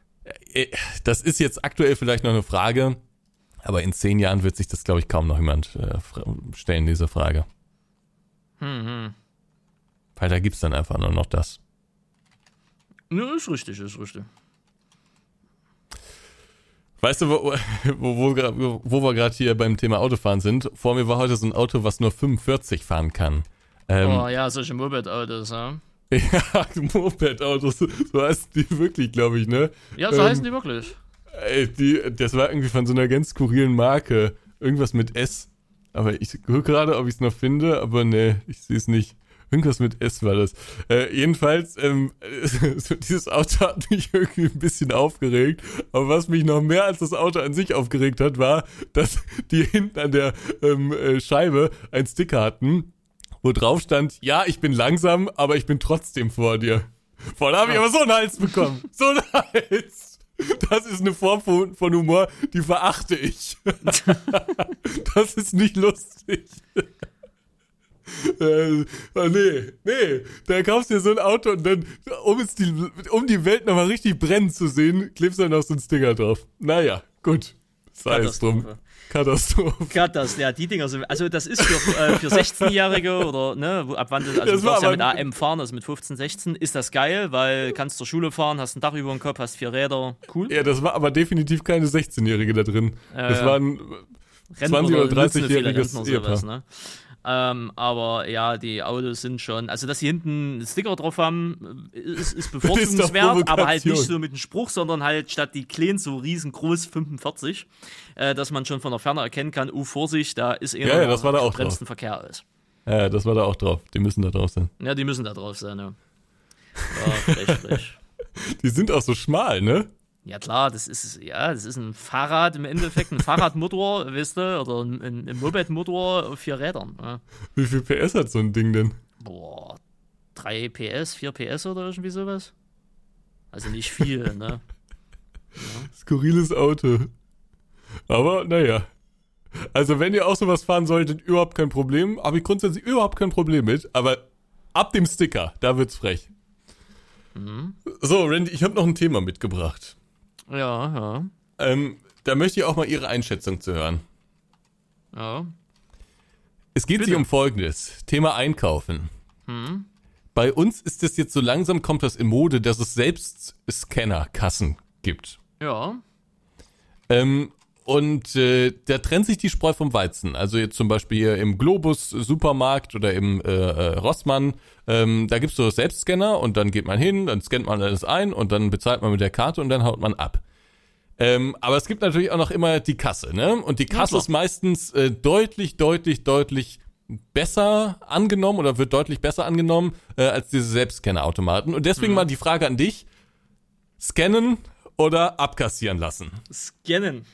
äh, das ist jetzt aktuell vielleicht noch eine Frage, aber in zehn Jahren wird sich das, glaube ich, kaum noch jemand äh, stellen, diese Frage. Mhm. Weil da gibt's dann einfach nur noch das. Ja, ist richtig, ist richtig. Weißt du, wo, wo, wo, wo wir gerade hier beim Thema Autofahren sind? Vor mir war heute so ein Auto, was nur fünfundvierzig fahren kann. Ähm, oh ja, solche Moped-Autos, ja. Ja, Moped-Autos, so heißen die wirklich, glaube ich, ne? Ja, so ähm, heißen die wirklich. Ey, die, das war irgendwie von so einer ganz skurrilen Marke. Irgendwas mit S. Aber ich gucke gerade, ob ich es noch finde, aber ne, ich sehe es nicht. Irgendwas mit S war das. Äh, jedenfalls, ähm, dieses Auto hat mich irgendwie ein bisschen aufgeregt. Aber was mich noch mehr als das Auto an sich aufgeregt hat, war, dass die hinten an der ähm, äh, Scheibe einen Sticker hatten, wo drauf stand, ja, ich bin langsam, aber ich bin trotzdem vor dir. Boah, da habe ich aber so einen Hals bekommen. So einen Hals. Das ist eine Form von, von Humor, die verachte ich. Das ist nicht lustig. Äh, oh nee, nee, da kaufst du dir so ein Auto und dann, um, es die, um die Welt nochmal richtig brennen zu sehen, klebst du dann noch so einen Sticker drauf. Naja, gut, sei es drum. Katastrophe. Katastrophe, ja, die Dinger sind, also das ist für, äh, für sechzehnjährige oder, ne, wo, ab wann, das, also das du darfst ja mit aber, A M fahren, also mit fünfzehn, sechzehn, ist das geil, weil kannst zur Schule fahren, hast ein Dach über dem Kopf, hast vier Räder, cool. Ja, das war aber definitiv keine sechzehnjährige da drin. Äh, das waren zwanzig- oder dreißigjähriges Ehepaar. Sowas, ne? Ähm, aber ja, die Autos sind schon, also dass sie hinten einen Sticker drauf haben, ist, ist bevorzugenswert, aber halt nicht so mit einem Spruch, sondern halt statt die Kleinen so riesengroß fünfundvierzig, äh, dass man schon von der Ferne erkennen kann, oh Vorsicht, da ist eher ja, ja, das war da auch gebremsten Verkehr ist. Ja, das war da auch drauf, die müssen da drauf sein. Ja, die müssen da drauf sein, ja. Ja, frech, frech. Die sind auch so schmal, ne? Ja klar, das ist ja, das ist ein Fahrrad im Endeffekt, ein Fahrradmotor, weißt du, oder ein, ein Moped-Motor auf vier Rädern. Ja. Wie viel P S hat so ein Ding denn? Boah, drei P S, vier P S oder irgendwie sowas? Also nicht viel, ne? Ja. Skurriles Auto. Aber, naja. Also wenn ihr auch sowas fahren solltet, überhaupt kein Problem. Habe ich grundsätzlich überhaupt kein Problem mit. Aber ab dem Sticker, da wird's frech. Mhm. So, Randy, ich habe noch ein Thema mitgebracht. Ja, ja. Ähm, da möchte ich auch mal Ihre Einschätzung zu hören. Ja. Es geht Bitte. sich um Folgendes. Thema Einkaufen. Hm. Bei uns ist es jetzt so langsam, kommt das in Mode, dass es selbst Scanner-Kassen gibt. Ja. Ähm, und äh, da trennt sich die Spreu vom Weizen. Also jetzt zum Beispiel hier im Globus Supermarkt oder im äh, äh, Rossmann, ähm, da gibt's so Selbstscanner und dann geht man hin, dann scannt man alles ein und dann bezahlt man mit der Karte und dann haut man ab. Ähm, aber es gibt natürlich auch noch immer die Kasse, ne? Und die Kasse Ja, ist meistens äh, deutlich, deutlich, deutlich besser angenommen oder wird deutlich besser angenommen äh, als diese Selbstscanner-Automaten. Und deswegen Mhm. mal die Frage an dich: Scannen oder abkassieren lassen? Scannen.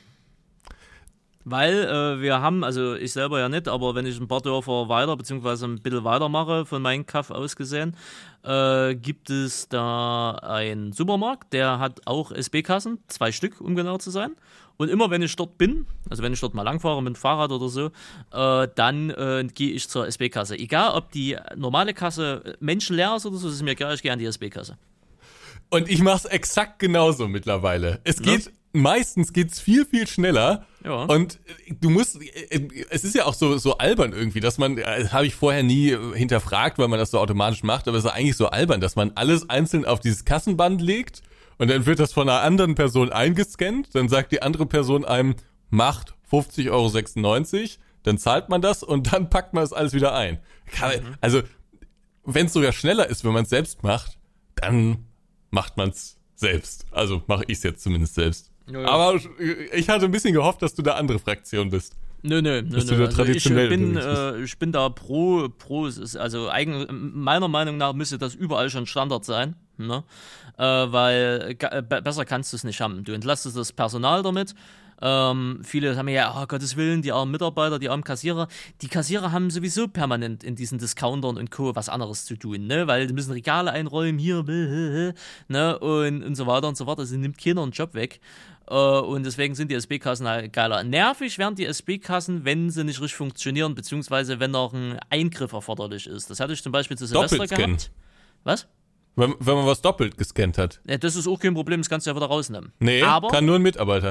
Weil äh, wir haben, also ich selber ja nicht, aber wenn ich ein paar Dörfer weiter, beziehungsweise ein bisschen weiter mache, von meinem Kaff aus gesehen, äh, gibt es da einen Supermarkt, der hat auch S B-Kassen, zwei Stück, um genau zu sein. Und immer wenn ich dort bin, also wenn ich dort mal langfahre mit dem Fahrrad oder so, äh, dann äh, gehe ich zur S B-Kasse. Egal, ob die normale Kasse menschenleer ist oder so, das ist mir egal, ich gehe an die S B-Kasse. Und ich mach's exakt genauso mittlerweile. Es geht, ja. meistens geht's viel, viel schneller. Ja. Und du musst, es ist ja auch so, so albern irgendwie, dass man, das habe ich vorher nie hinterfragt, weil man das so automatisch macht, aber es ist eigentlich so albern, dass man alles einzeln auf dieses Kassenband legt und dann wird das von einer anderen Person eingescannt, dann sagt die andere Person einem, macht fünfzig Euro sechsundneunzig, dann zahlt man das und dann packt man das alles wieder ein. Mhm. Also, wenn es sogar schneller ist, wenn man es selbst macht, dann macht man es selbst. Also mache ich es jetzt zumindest selbst. Ja, ja. Aber ich hatte ein bisschen gehofft, dass du da andere Fraktion bist. Nö, nö, nö. Dass du da also traditionell ich bin, äh, ich bin da pro, pro, es ist also eigentlich, meiner Meinung nach müsste das überall schon Standard sein, ne? Äh, weil g- besser kannst du es nicht haben. Du entlastest das Personal damit. Ähm, viele haben ja, oh Gottes Willen, die armen Mitarbeiter, die armen Kassierer. Die Kassierer haben sowieso permanent in diesen Discountern und Co. was anderes zu tun, ne? Weil die müssen Regale einräumen, hier, ne? Und, und so weiter und so fort. Also nimmt keiner einen Job weg. Uh, und deswegen sind die S B-Kassen halt geiler. Nervig werden die S B-Kassen, wenn sie nicht richtig funktionieren, beziehungsweise wenn noch ein Eingriff erforderlich ist. Das hatte ich zum Beispiel zu Silvester gehabt. Was? Wenn, wenn man was doppelt gescannt hat. Ja, das ist auch kein Problem, das kannst du ja wieder rausnehmen. Nee, aber, kann nur ein Mitarbeiter.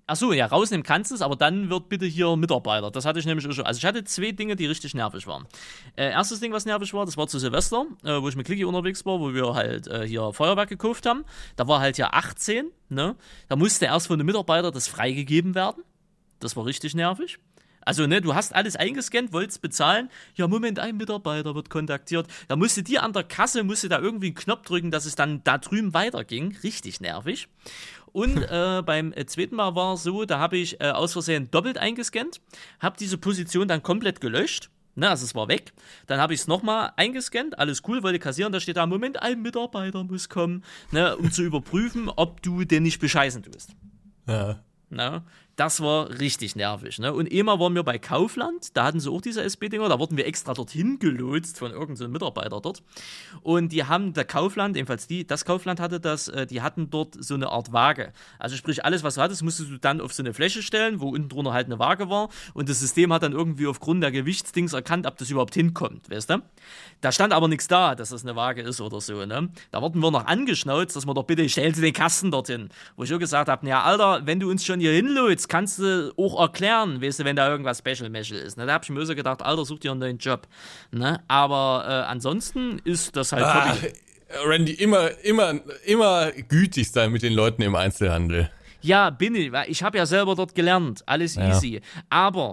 Ach so, ja, rausnehmen kannst du es, aber dann wird bitte hier Mitarbeiter. Das hatte ich nämlich auch schon. Also ich hatte zwei Dinge, die richtig nervig waren. Äh, erstes Ding, was nervig war, das war zu Silvester, äh, wo ich mit Clicky unterwegs war, wo wir halt äh, hier Feuerwerk gekauft haben. Da war halt ja achtzehn, ne? Da musste erst von einem Mitarbeiter das freigegeben werden. Das war richtig nervig. Also, ne, du hast alles eingescannt, wolltest bezahlen. Ja, Moment, ein Mitarbeiter wird kontaktiert. Da musste die an der Kasse, musste da irgendwie einen Knopf drücken, dass es dann da drüben weiterging. Richtig nervig. Und äh, beim äh, zweiten Mal war es so, da habe ich äh, aus Versehen doppelt eingescannt, habe diese Position dann komplett gelöscht. Ne, also es war weg. Dann habe ich es nochmal eingescannt, alles cool, wollte kassieren. Da steht da, Moment, ein Mitarbeiter muss kommen, ne, um zu überprüfen, ob du den nicht bescheißen tust. Ja. Na, das war richtig nervig. Ne? Und einmal waren wir bei Kaufland, da hatten sie auch diese S B-Dinger, da wurden wir extra dorthin gelotst von irgendeinem Mitarbeiter dort. Und die haben, der Kaufland, jedenfalls die, das Kaufland hatte das, äh, die hatten dort so eine Art Waage. Also sprich, alles, was du hattest, musstest du dann auf so eine Fläche stellen, wo unten drunter halt eine Waage war. Und das System hat dann irgendwie aufgrund der Gewichtsdings erkannt, ob das überhaupt hinkommt, weißt du? Da stand aber nichts da, dass das eine Waage ist oder so. Ne? Da wurden wir noch angeschnauzt, dass wir doch bitte, stellen Sie den Kasten dorthin. Wo ich auch gesagt habe, ja, Alter, wenn du uns schon hier hinlotst, kannst du auch erklären, weißt du, wenn da irgendwas Special-Meshel ist. Ne? Da hab ich mir so gedacht, Alter, such dir einen neuen Job. Ne? Aber äh, ansonsten ist das halt ah, Randy, immer, immer, immer gütig sein mit den Leuten im Einzelhandel. Ja, bin ich. Ich habe ja selber dort gelernt. Alles ja. easy. Aber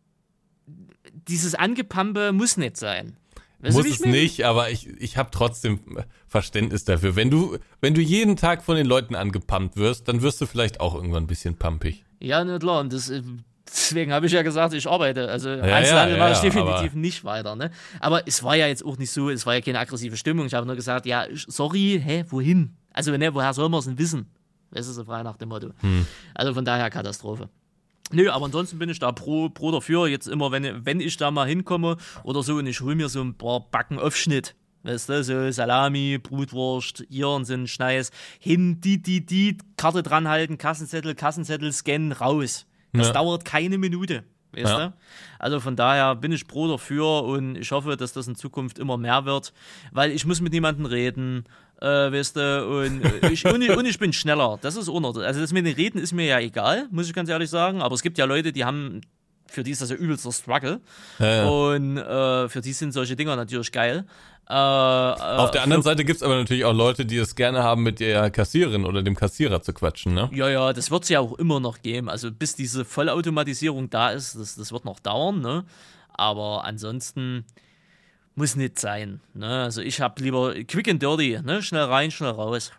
dieses Angepampe muss nicht sein. Weißt muss du, es nicht, aber ich, ich habe trotzdem Verständnis dafür. Wenn du, wenn du jeden Tag von den Leuten angepumpt wirst, dann wirst du vielleicht auch irgendwann ein bisschen pumpig. Ja, na klar. Und das, deswegen habe ich ja gesagt, ich arbeite. Also ja, Einzelhandel ja, mache ja, ich definitiv aber nicht weiter. Ne? Aber es war ja jetzt auch nicht so, es war ja keine aggressive Stimmung. Ich habe nur gesagt, ja, sorry, hä, wohin? Also ne, woher soll man es denn wissen? Das ist so frei nach dem Motto. Hm. Also von daher Katastrophe. Nö, aber ansonsten bin ich da pro, pro dafür. Jetzt immer, wenn, wenn ich da mal hinkomme oder so und ich hole mir so ein paar Backen Aufschnitt, weißt du, so Salami, Brutwurst, hier und so ein Schneis, hin, die, die, die, Karte dran halten, Kassenzettel, Kassenzettel, scannen, raus. Das ja. dauert keine Minute, weißt ja. du? Also von daher bin ich pro dafür und ich hoffe, dass das in Zukunft immer mehr wird, weil ich muss mit niemandem reden, Äh, weißt du, und ich, und, ich, und ich bin schneller. Das ist unnötig. Also das mit den Reden ist mir ja egal, muss ich ganz ehrlich sagen. Aber es gibt ja Leute, die haben, für die ist das ja übelster Struggle. Ja, ja. Und äh, für die sind solche Dinger natürlich geil. Äh, Auf der anderen Seite gibt's aber natürlich auch Leute, die es gerne haben, mit der Kassiererin oder dem Kassierer zu quatschen, ne? Ja, ja, das wird's ja auch immer noch geben. Also bis diese Vollautomatisierung da ist, das, das wird noch dauern, ne? Aber ansonsten muss nicht sein. Ne? Also ich habe lieber quick and dirty, ne? Schnell rein, schnell raus.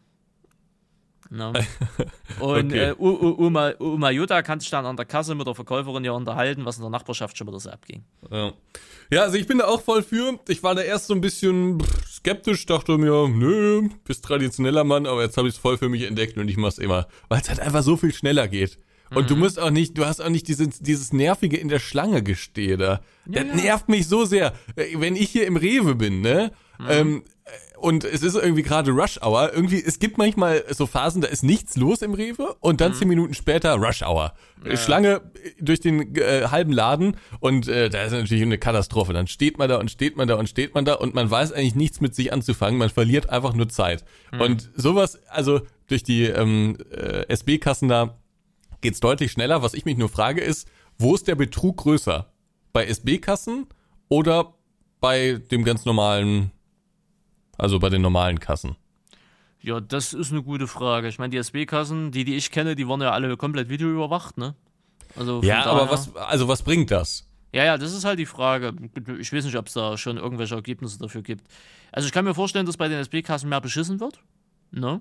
Ne? Und okay. äh, Oma, Oma Jutta kann sich dann an der Kasse mit der Verkäuferin ja unterhalten, was in der Nachbarschaft schon wieder so abging. Ja. ja, also ich bin da auch voll für. Ich war da erst so ein bisschen skeptisch, dachte mir, nö, bist traditioneller Mann, aber jetzt habe ich es voll für mich entdeckt und ich mach's immer, weil es halt einfach so viel schneller geht. Und mhm. du musst auch nicht, du hast auch nicht dieses, dieses nervige in der Schlange Gestehe da. Ja, das ja. nervt mich so sehr. Wenn ich hier im Rewe bin, ne, mhm. ähm, und es ist irgendwie gerade Rush Hour, irgendwie, es gibt manchmal so Phasen, da ist nichts los im Rewe und dann mhm. zehn Minuten später Rush Hour. Ja. Schlange durch den äh, halben Laden und äh, da ist natürlich eine Katastrophe. Dann steht man da und steht man da und steht man da und man weiß eigentlich nichts mit sich anzufangen, man verliert einfach nur Zeit. Mhm. Und sowas, also durch die ähm, äh, S B-Kassen da, geht's deutlich schneller. Was ich mich nur frage ist, wo ist der Betrug größer? Bei S B-Kassen oder bei dem ganz normalen, also bei den normalen Kassen? Ja, das ist eine gute Frage. Ich meine, die S B-Kassen, die, die ich kenne, die waren ja alle komplett videoüberwacht, ne? Also ja, aber was, also was bringt das? Ja, ja, das ist halt die Frage. Ich weiß nicht, ob es da schon irgendwelche Ergebnisse dafür gibt. Also ich kann mir vorstellen, dass bei den S B-Kassen mehr beschissen wird, ne?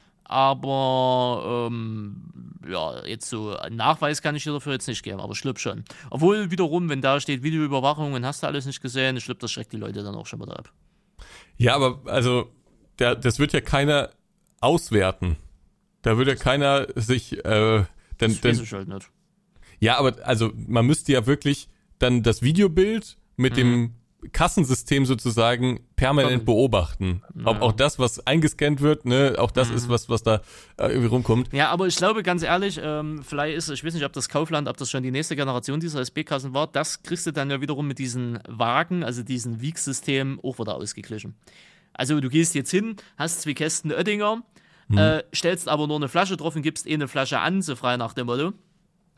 Aber ähm, ja, jetzt so einen Nachweis kann ich dir dafür jetzt nicht geben, aber schlimm schon. Obwohl wiederum, wenn da steht Videoüberwachung und hast du alles nicht gesehen, schlimm, das schreckt die Leute dann auch schon wieder ab. Ja, aber also der, das wird ja keiner auswerten. Da würde ja keiner sich äh, dann, das weiß ich halt nicht. Ja, aber also man müsste ja wirklich dann das Videobild mit mhm. dem Kassensystem sozusagen permanent beobachten. Ja. Ob auch das, was eingescannt wird, ne, auch das mhm. ist was, was da äh, irgendwie rumkommt. Ja, aber ich glaube, ganz ehrlich, ähm, vielleicht ist, ich weiß nicht, ob das Kaufland, ob das schon die nächste Generation dieser S B-Kassen war, das kriegst du dann ja wiederum mit diesen Wagen, also diesen Wiegsystemen auch wieder ausgeglichen. Also du gehst jetzt hin, hast zwei Kästen Oettinger, mhm. äh, stellst aber nur eine Flasche drauf und gibst eh eine Flasche an, so frei nach dem Motto.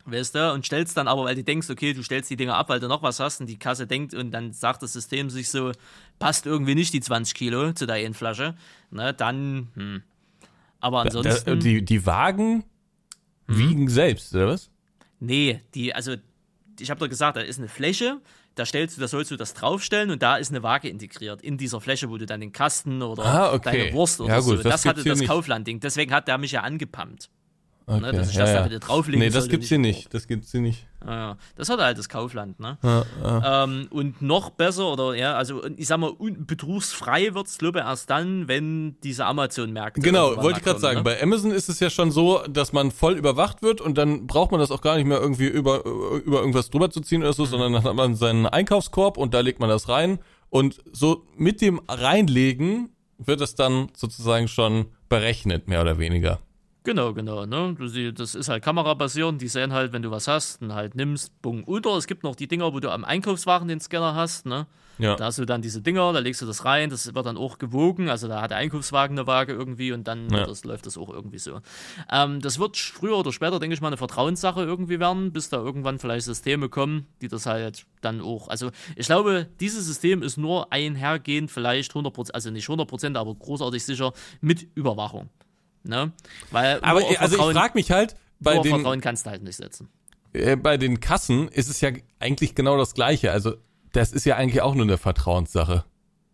Weißt du, und stellst dann aber, weil du denkst, okay, du stellst die Dinger ab, weil du noch was hast und die Kasse denkt und dann sagt das System sich so, passt irgendwie nicht die zwanzig Kilo zu der einen Flasche, ne, dann, hm. Aber ansonsten... Da, die, die Wagen hm? wiegen selbst, oder was? Nee, die, also, ich habe doch gesagt, da ist eine Fläche, da stellst du, da sollst du das draufstellen und da ist eine Waage integriert in dieser Fläche, wo du dann den Kasten oder ah, okay. deine Wurst oder ja, gut, so, das, das hatte das Kaufland-Ding, deswegen hat der mich ja angepumpt. Okay, ne, dass ich ja, das ja. da wieder drauflegen Nee, das sollte, gibt's hier nicht. Das gibt's hier nicht. Ja, das hat halt das Kaufland, ne? Ja, ja. Ähm, und noch besser, oder ja, also ich sag mal, un- betrugsfrei wird's, glaube ich, erst dann, wenn diese Amazon-Märkte. Genau, wollte ich gerade sagen. Ne? Bei Amazon ist es ja schon so, dass man voll überwacht wird und dann braucht man das auch gar nicht mehr irgendwie über, über irgendwas drüber zu ziehen oder so, mhm. sondern dann hat man seinen Einkaufskorb und da legt man das rein und so mit dem Reinlegen wird es dann sozusagen schon berechnet, mehr oder weniger. Genau, genau, ne? Das ist halt kamerabasierend, die sehen halt, wenn du was hast, dann halt nimmst, bumm, oder es gibt noch die Dinger, wo du am Einkaufswagen den Scanner hast, ne? Ja. Da hast du dann diese Dinger, da legst du das rein, das wird dann auch gewogen, also da hat der Einkaufswagen eine Waage irgendwie und dann ja. das, läuft das auch irgendwie so. Ähm, das wird früher oder später, denke ich mal, eine Vertrauenssache irgendwie werden, bis da irgendwann vielleicht Systeme kommen, die das halt dann auch, also ich glaube, dieses System ist nur einhergehend vielleicht hundert Prozent, also nicht hundert Prozent, aber großartig sicher mit Überwachung. Ne? Weil aber also ich frage mich halt, bei den, Vertrauen kannst du halt nicht setzen. Äh, bei den Kassen ist es ja eigentlich genau das Gleiche. Also das ist ja eigentlich auch nur eine Vertrauenssache.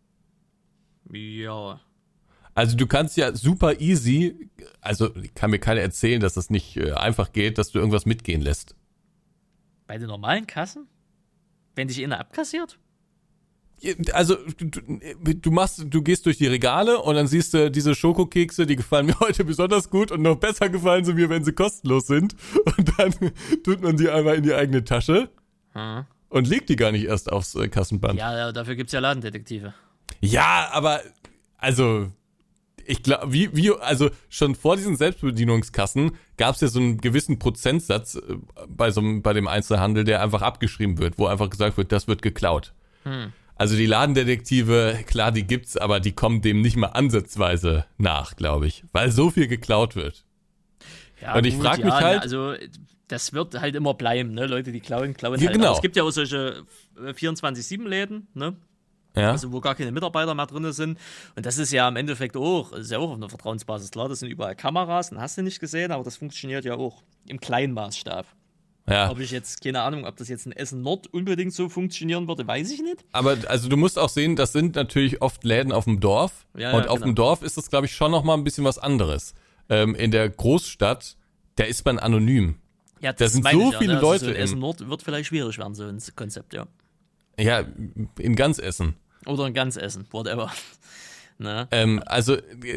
Ja. Also du kannst ja super easy, also kann mir keiner erzählen, dass das nicht äh, einfach geht, dass du irgendwas mitgehen lässt. Bei den normalen Kassen? Wenn dich einer abkassiert? Also du, du machst, du gehst durch die Regale und dann siehst du diese Schokokekse, die gefallen mir heute besonders gut und noch besser gefallen sie mir, wenn sie kostenlos sind. Und dann tut man die einmal in die eigene Tasche hm. und legt die gar nicht erst aufs äh, Kassenband. Ja, ja, dafür gibt's ja Ladendetektive. Ja, aber also ich glaube, wie, wie, also schon vor diesen Selbstbedienungskassen gab es ja so einen gewissen Prozentsatz äh, bei so einem, bei dem Einzelhandel, der einfach abgeschrieben wird, wo einfach gesagt wird, das wird geklaut. Hm. Also die Ladendetektive, klar, die gibt's, aber die kommen dem nicht mal ansatzweise nach, glaube ich, weil so viel geklaut wird. Ja, und ich gut, frage ja, mich halt, also das wird halt immer bleiben, ne? Leute, die klauen, klauen ja, halt. genau. Aber es gibt ja auch solche vierundzwanzig sieben Läden, ne? Ja. Also wo gar keine Mitarbeiter mehr drin sind. Und das ist ja im Endeffekt auch, ist ja auch auf einer Vertrauensbasis. Klar, das sind überall Kameras, dann hast du nicht gesehen, aber das funktioniert ja auch im kleinen Maßstab. Ja. Ob ich jetzt, keine Ahnung, ob das jetzt in Essen Nord unbedingt so funktionieren würde, weiß ich nicht. Aber also du musst auch sehen, das sind natürlich oft Läden auf dem Dorf. Ja, und ja, auf genau. dem Dorf ist das, glaube ich, schon nochmal ein bisschen was anderes. Ähm, in der Großstadt, da ist man anonym. Ja, da sind so ja, viele ne? Leute. Also so in in, Essen Nord wird vielleicht schwierig werden, so ein Konzept, ja. Ja, in ganz Essen. Oder in ganz Essen, whatever. Ne? Ähm, also,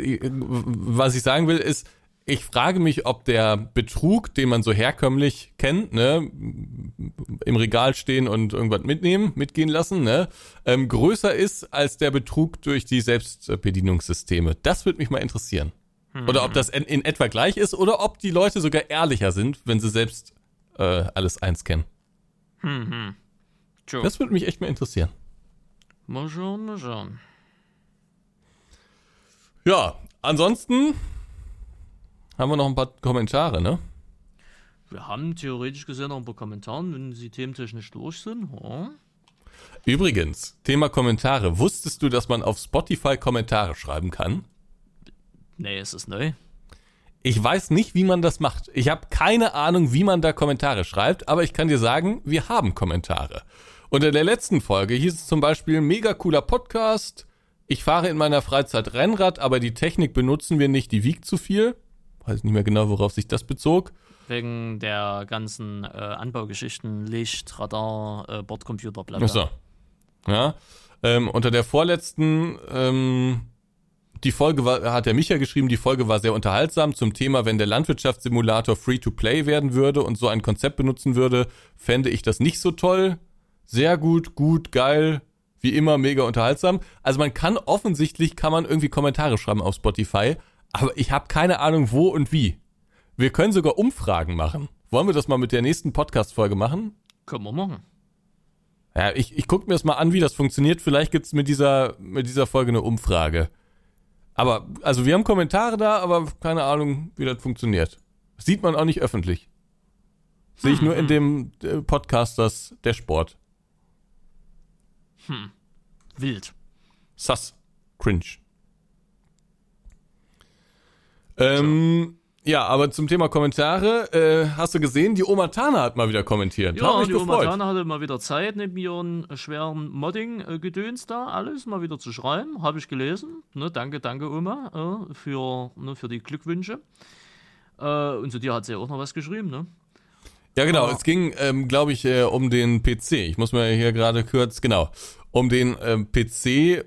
was ich sagen will, ist, ich frage mich, ob der Betrug, den man so herkömmlich kennt, ne, im Regal stehen und irgendwas mitnehmen, mitgehen lassen, ne, ähm, größer ist als der Betrug durch die Selbstbedienungssysteme. Das würde mich mal interessieren. Hm. Oder ob das in, in etwa gleich ist oder ob die Leute sogar ehrlicher sind, wenn sie selbst äh, alles einscannen. Hm, hm. True. Das würde mich echt mal interessieren. Mal schauen, mal schauen. Ja, ansonsten haben wir noch ein paar Kommentare, ne? Wir haben theoretisch gesehen noch ein paar Kommentare, wenn sie thementechnisch durch sind. Oh. Übrigens, Thema Kommentare. Wusstest du, dass man auf Spotify Kommentare schreiben kann? Nee, ist das neu? Ich weiß nicht, wie man das macht. Ich habe keine Ahnung, wie man da Kommentare schreibt, aber ich kann dir sagen, wir haben Kommentare. Unter der letzten Folge hieß es zum Beispiel, mega cooler Podcast, ich fahre in meiner Freizeit Rennrad, aber die Technik benutzen wir nicht, die wiegt zu viel. Weiß nicht mehr genau, worauf sich das bezog. Wegen der ganzen äh, Anbaugeschichten, Licht, Radar, äh, Bordcomputer, bla bla. Achso. Ja. Ähm, unter der vorletzten, ähm, die Folge war, hat der Micha geschrieben, die Folge war sehr unterhaltsam zum Thema, wenn der Landwirtschaftssimulator Free-to-Play werden würde und so ein Konzept benutzen würde, fände ich das nicht so toll. Sehr gut, gut, geil, wie immer mega unterhaltsam. Also man kann offensichtlich, kann man irgendwie Kommentare schreiben auf Spotify, aber ich habe keine Ahnung wo und wie. Wir können sogar Umfragen machen. Wollen wir das mal mit der nächsten Podcast-Folge machen? Können wir machen. Ja, ich, ich gucke mir das mal an, wie das funktioniert. Vielleicht gibt's mit dieser, mit dieser Folge eine Umfrage. Aber, also wir haben Kommentare da, aber keine Ahnung, wie das funktioniert. Sieht man auch nicht öffentlich. Sehe ich nur in dem äh, Podcast das der Sport. Hm. Wild. Sass. Cringe. Ähm, ja, aber zum Thema Kommentare, äh, hast du gesehen, die Oma Tana hat mal wieder kommentiert. Ja, hat mich die gefreut. Oma Tana hatte mal wieder Zeit, neben ihren schweren Modding-Gedöns da alles mal wieder zu schreiben. Habe ich gelesen. Ne, danke, danke Oma äh, für, ne, für die Glückwünsche. Äh, und zu dir hat sie ja auch noch was geschrieben, ne? Ja, genau. Ah. Es ging, ähm, glaube ich, äh, um den P C. Ich muss mir hier gerade kurz, genau, um den ähm, P C.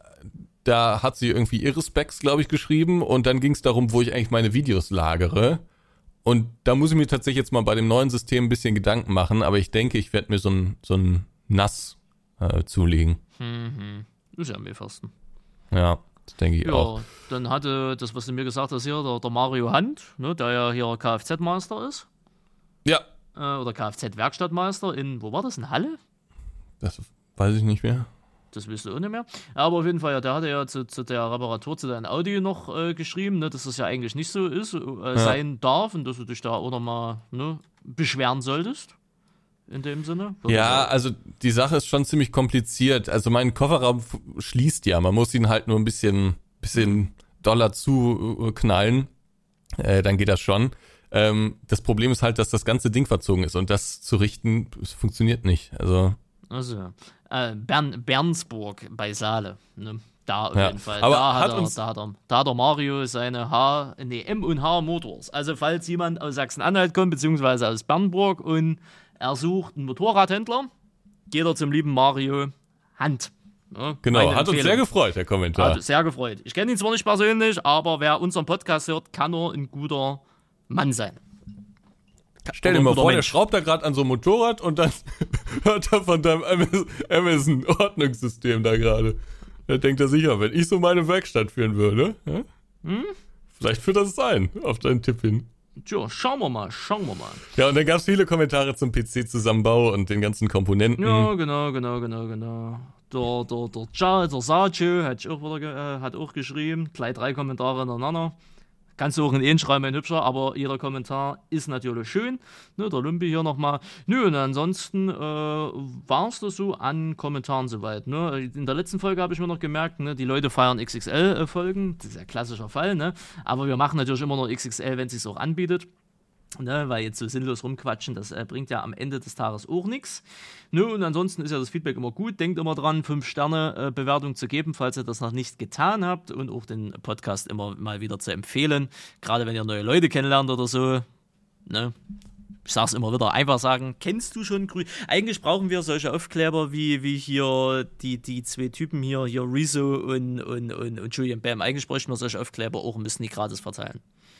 Da hat sie irgendwie ihre Specs, glaube ich, geschrieben. Und dann ging es darum, wo ich eigentlich meine Videos lagere. Und da muss ich mir tatsächlich jetzt mal bei dem neuen System ein bisschen Gedanken machen. Aber ich denke, ich werde mir so ein, so ein N A S äh, zulegen. Mhm. Ist ja am einfachsten. Ja, das denke ich Ja, auch. dann hatte das, was du mir gesagt hast hier, der, der Mario Hand, ne, der ja hier Kfz-Meister ist. Ja, Äh, oder Kfz-Werkstattmeister in, wo war das, in Halle? das weiß ich nicht mehr. Das willst du auch nicht mehr. Aber auf jeden Fall, ja, der hatte ja zu, zu der Reparatur, zu deinem Audio noch äh, geschrieben, ne, dass das ja eigentlich nicht so ist, äh, Ja. sein darf und dass du dich da auch noch mal ne, beschweren solltest. In dem Sinne. Würde Ja, ich- also die Sache ist schon ziemlich kompliziert. Also mein Kofferraum f- schließt ja. Man muss ihn halt nur ein bisschen, bisschen doller zuknallen. Äh, dann geht das schon. Ähm, das Problem ist halt, dass das ganze Ding verzogen ist und das zu richten, es funktioniert nicht. Also Also, äh, Bern, Bernsburg bei Saale. Ne? Da auf Ja, jeden Fall. aber da, hat hat er, uns- da, hat er, da hat der Mario seine H, nee, M und H Motors. Also, falls jemand aus Sachsen-Anhalt kommt, beziehungsweise aus Bernburg und er sucht einen Motorradhändler, geht er zum lieben Mario Hand. Ne? genau, Meine hat uns Empfehlung. sehr gefreut, der Kommentar. Hat sehr gefreut. Ich kenne ihn zwar nicht persönlich, aber wer unseren Podcast hört, kann nur ein guter Mann sein. Stell dir oder mal ein vor, guter der Mensch. schraubt da gerade an so einem Motorrad und dann hört er von deinem Amazon-Ordnungssystem da gerade. Da denkt er sicher, wenn ich so meine Werkstatt führen würde, ja? Hm? Vielleicht führt das ein, auf deinen Tipp hin. Tja, schauen wir mal, schauen wir mal. Ja, und dann gab es viele Kommentare zum P C-Zusammenbau und den ganzen Komponenten. Ja, genau, genau, genau, genau. Der, der, der, ja, der Sajo hat, auch wieder, ge- äh, hat auch geschrieben, gleich drei Kommentare hintereinander. Kannst du auch in einen schreiben, mein Hübscher, aber jeder Kommentar ist natürlich schön. Ne, der Lumpi hier nochmal. Nö, und ansonsten äh, war es das so an Kommentaren soweit. Ne? In der letzten Folge habe ich mir noch gemerkt, ne, die Leute feiern X X L-Folgen. Das ist ja ein klassischer Fall, ne? Aber wir machen natürlich immer noch X X L, wenn es sich auch anbietet. Ne, weil jetzt so sinnlos rumquatschen, das äh, bringt ja am Ende des Tages auch nichts. Ne, und ansonsten ist ja das Feedback immer gut. Denkt immer dran, fünf Sterne äh, Bewertung zu geben, falls ihr das noch nicht getan habt. Und auch den Podcast immer mal wieder zu empfehlen. Gerade wenn ihr neue Leute kennenlernt oder so. Ne? Ich sag's immer wieder, einfach sagen, kennst du schon Grün? Eigentlich brauchen wir solche Aufkleber wie, wie hier die, die zwei Typen hier, hier Rezo und, und, und, und Julian Bam. Eigentlich bräuchten wir solche Aufkleber auch und müssen die gratis verteilen.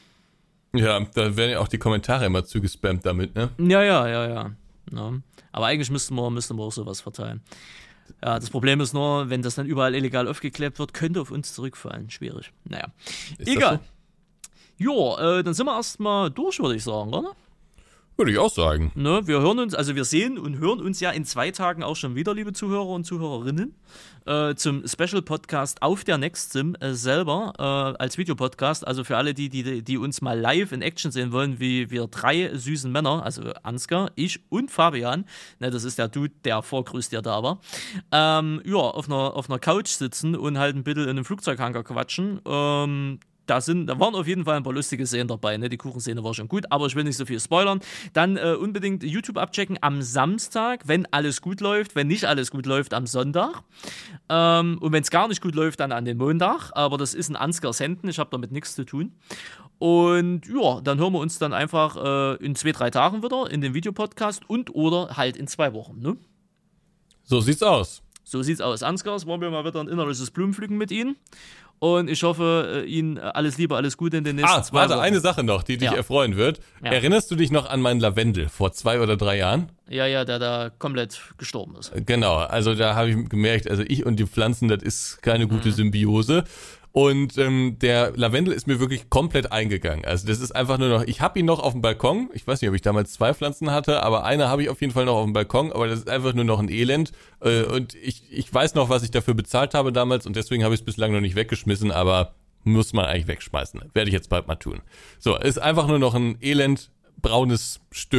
Ja, da werden ja auch die Kommentare immer zugespammt damit, ne? Ja, ja, ja, ja. ja. Aber eigentlich müssten wir, müssten wir auch sowas verteilen. Ja, das Problem ist nur, wenn das dann überall illegal aufgeklebt wird, könnte auf uns zurückfallen. Schwierig. Naja. Ist das Egal. Ja, äh, dann sind wir erstmal durch, würde ich sagen, oder? Würde ich auch sagen. Ne, wir hören uns, also wir sehen und hören uns ja in zwei Tagen auch schon wieder, liebe Zuhörer und Zuhörerinnen, äh, zum Special-Podcast auf der NextSim äh, selber äh, als Videopodcast. Also für alle, die, die, die uns mal live in Action sehen wollen, wie wir drei süßen Männer, also Ansgar, ich und Fabian, ne, das ist der Dude, der vorgrüßt, der da war, ähm, ja, auf einer, auf einer Couch sitzen und halt ein bisschen in einem Flugzeughangar quatschen. Ähm, Da, sind, da waren auf jeden Fall ein paar lustige Szenen dabei. Ne? Die Kuchenszene war schon gut, aber ich will nicht so viel spoilern. Dann äh, unbedingt YouTube abchecken am Samstag, wenn alles gut läuft. Wenn nicht alles gut läuft, am Sonntag. Ähm, und wenn es gar nicht gut läuft, dann an den Montag. Aber das ist ein Ansgar Senden. Ich habe damit nichts zu tun. Und ja, dann hören wir uns dann einfach äh, in zwei, drei Tagen wieder in den Videopodcast und oder halt in zwei Wochen. Ne? So sieht's aus. So sieht's aus. Ansgar, es war mir mal wieder ein innerliches Blumenpflücken mit Ihnen. Und ich hoffe, Ihnen alles Liebe, alles Gute in den nächsten Ah, zwei warte, Wochen. eine Sache noch, die dich Ja. erfreuen wird. Ja. Erinnerst du dich noch an meinen Lavendel vor zwei oder drei Jahren? Ja, ja, der da komplett gestorben ist. Genau, also da habe ich gemerkt, also ich und die Pflanzen, das ist keine gute Mhm. Symbiose. Und ähm, der Lavendel ist mir wirklich komplett eingegangen. Also das ist einfach nur noch, ich habe ihn noch auf dem Balkon. Ich weiß nicht, ob ich damals zwei Pflanzen hatte, aber eine habe ich auf jeden Fall noch auf dem Balkon. Aber das ist einfach nur noch ein Elend. Äh, und ich, ich weiß noch, was ich dafür bezahlt habe damals und deswegen habe ich es bislang noch nicht weggeschmissen, aber muss man eigentlich wegschmeißen. Werde ich jetzt bald mal tun. So, ist einfach nur noch ein elend braunes Stück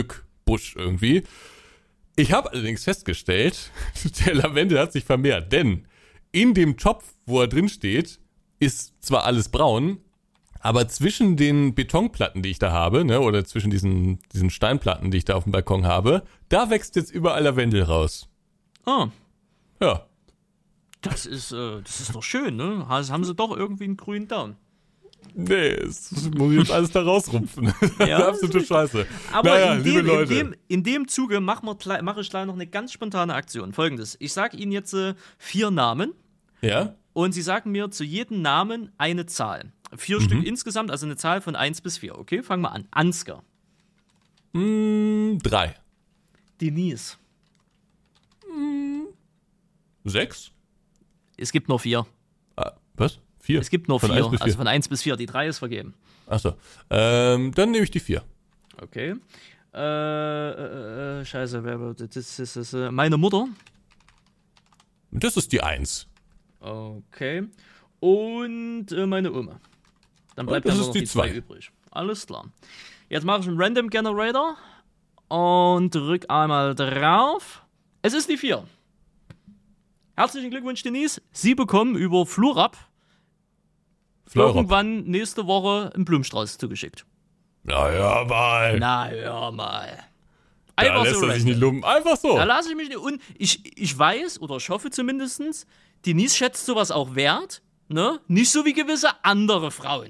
Busch irgendwie. Ich habe allerdings festgestellt, der Lavendel hat sich vermehrt, denn in dem Topf, wo er drin steht, ist zwar alles braun, aber zwischen den Betonplatten, die ich da habe, ne, oder zwischen diesen, diesen Steinplatten, die ich da auf dem Balkon habe, da wächst jetzt überall Lavendel raus. Ah. Ja. Das ist, äh, das ist doch schön, ne? Also haben sie doch irgendwie einen grünen Daumen. Nee, das muss ich jetzt alles da rausrupfen. Das Ja, ist absolute Scheiße. Aber naja, in, liebe dem, Leute. in, dem, in dem Zuge mache mach ich gleich noch eine ganz spontane Aktion. Folgendes. Ich sage Ihnen jetzt äh, vier Namen. Ja? Und Sie sagen mir zu jedem Namen eine Zahl. Vier mhm. Stück insgesamt, also eine Zahl von eins bis vier. Okay, fangen wir an. Ansgar. Mm, drei. Denise. Mm, sechs? Es gibt nur vier. Ah, was? Vier? Es gibt nur von vier, vier. also von eins bis vier. Die drei ist vergeben. Achso. Ähm, dann nehme ich die vier. Okay. Äh, äh, äh, scheiße, wer das ist, das ist äh, meine Mutter. Das ist die eins. Okay. Und äh, meine Oma. Dann bleibt Und das dann ist noch die die zwei zwei. übrig. Alles klar. Jetzt mache ich einen Random Generator und drück einmal drauf. Es ist die vier. Herzlichen Glückwunsch, Denise. Sie bekommen über Flurab Flurab. irgendwann nächste Woche einen Blumenstrauß zugeschickt. Na ja, mal. Na, hör mal. Da Einfach lässt so er sich random. nicht lumpen. Einfach so. Da lasse ich mich nicht. Und ich, ich weiß, oder ich hoffe zumindest, Denise schätzt sowas auch wert. Ne? Nicht so wie gewisse andere Frauen.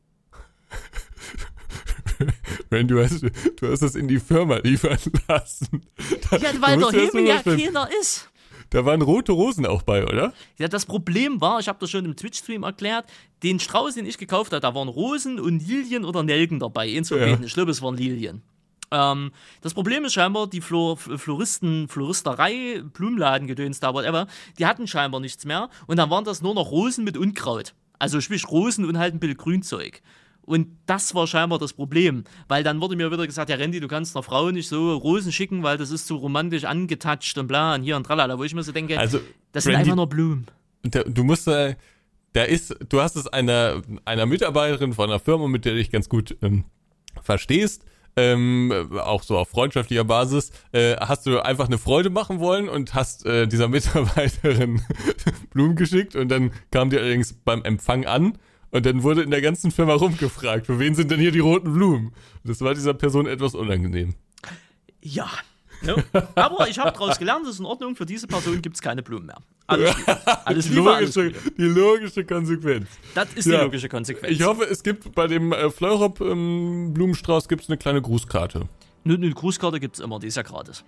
Wenn du hast, du hast das in die Firma liefern lassen. Da, Ja, weil du der musst dir Himmel das ja mal- keiner ist. Da waren rote Rosen auch bei, oder? Ja, das Problem war, ich habe das schon im Twitch-Stream erklärt, den Strauß, den ich gekauft habe, da waren Rosen und Lilien oder Nelken dabei. Eins von Ja. beiden. Ich glaube, es waren Lilien. Ähm, das Problem ist scheinbar, die Flor Floristen, Floristerei, Blumenladengedöns da, whatever, die hatten scheinbar nichts mehr. Und dann waren das nur noch Rosen mit Unkraut. Also sprich Rosen und halt ein bisschen Grünzeug. Und das war scheinbar das Problem, weil dann wurde mir wieder gesagt, ja Randy, du kannst einer Frau nicht so Rosen schicken, weil das ist so romantisch angetatscht und bla und hier und tralala, wo ich mir so denke, Also, das sind Randy- einfach nur Blumen. Da, du musst, äh, da ist, du hast es einer, einer Mitarbeiterin von einer Firma, mit der du dich ganz gut ähm, verstehst, ähm, auch so auf freundschaftlicher Basis, äh, hast du einfach eine Freude machen wollen und hast äh, dieser Mitarbeiterin Blumen geschickt und dann kam die allerdings beim Empfang an und dann wurde in der ganzen Firma rumgefragt, für wen sind denn hier die roten Blumen? Und das war dieser Person etwas unangenehm. Ja. Ne? Aber ich habe daraus gelernt, das ist in Ordnung, für diese Person gibt es keine Blumen mehr. Alles Liebe, alles Die Liebe, alles logische, Gute. die logische Konsequenz. Das ist Ja. die logische Konsequenz. Ich hoffe, es gibt bei dem äh, Fleurop ähm, Blumenstrauß gibt's eine kleine Grußkarte. Eine, eine Grußkarte gibt es immer, die ist ja gratis.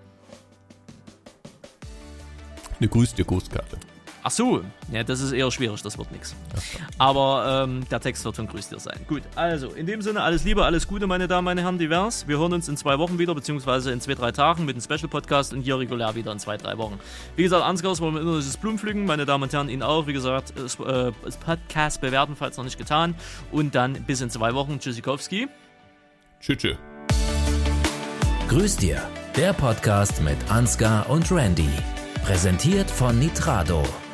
Eine Grüß dir Grußkarte. Ach so, ja, das ist eher schwierig, das wird nichts. Aber ähm, der Text wird von Grüß dir sein. Gut, also in dem Sinne, alles Liebe, alles Gute, meine Damen, meine Herren, divers. Wir hören uns in zwei Wochen wieder, beziehungsweise in zwei, drei Tagen mit einem Special-Podcast und hier regulär wieder in zwei, drei Wochen. Wie gesagt, Ansgars wollen wir immer dieses Blumenpflücken, meine Damen und Herren, Ihnen auch. Wie gesagt, das, äh, das Podcast bewerten, falls noch nicht getan. Und dann bis in zwei Wochen. Tschüssikowski. Tschüss. Tschüss. Grüß dir, der Podcast mit Ansgar und Randy. Präsentiert von Nitrado.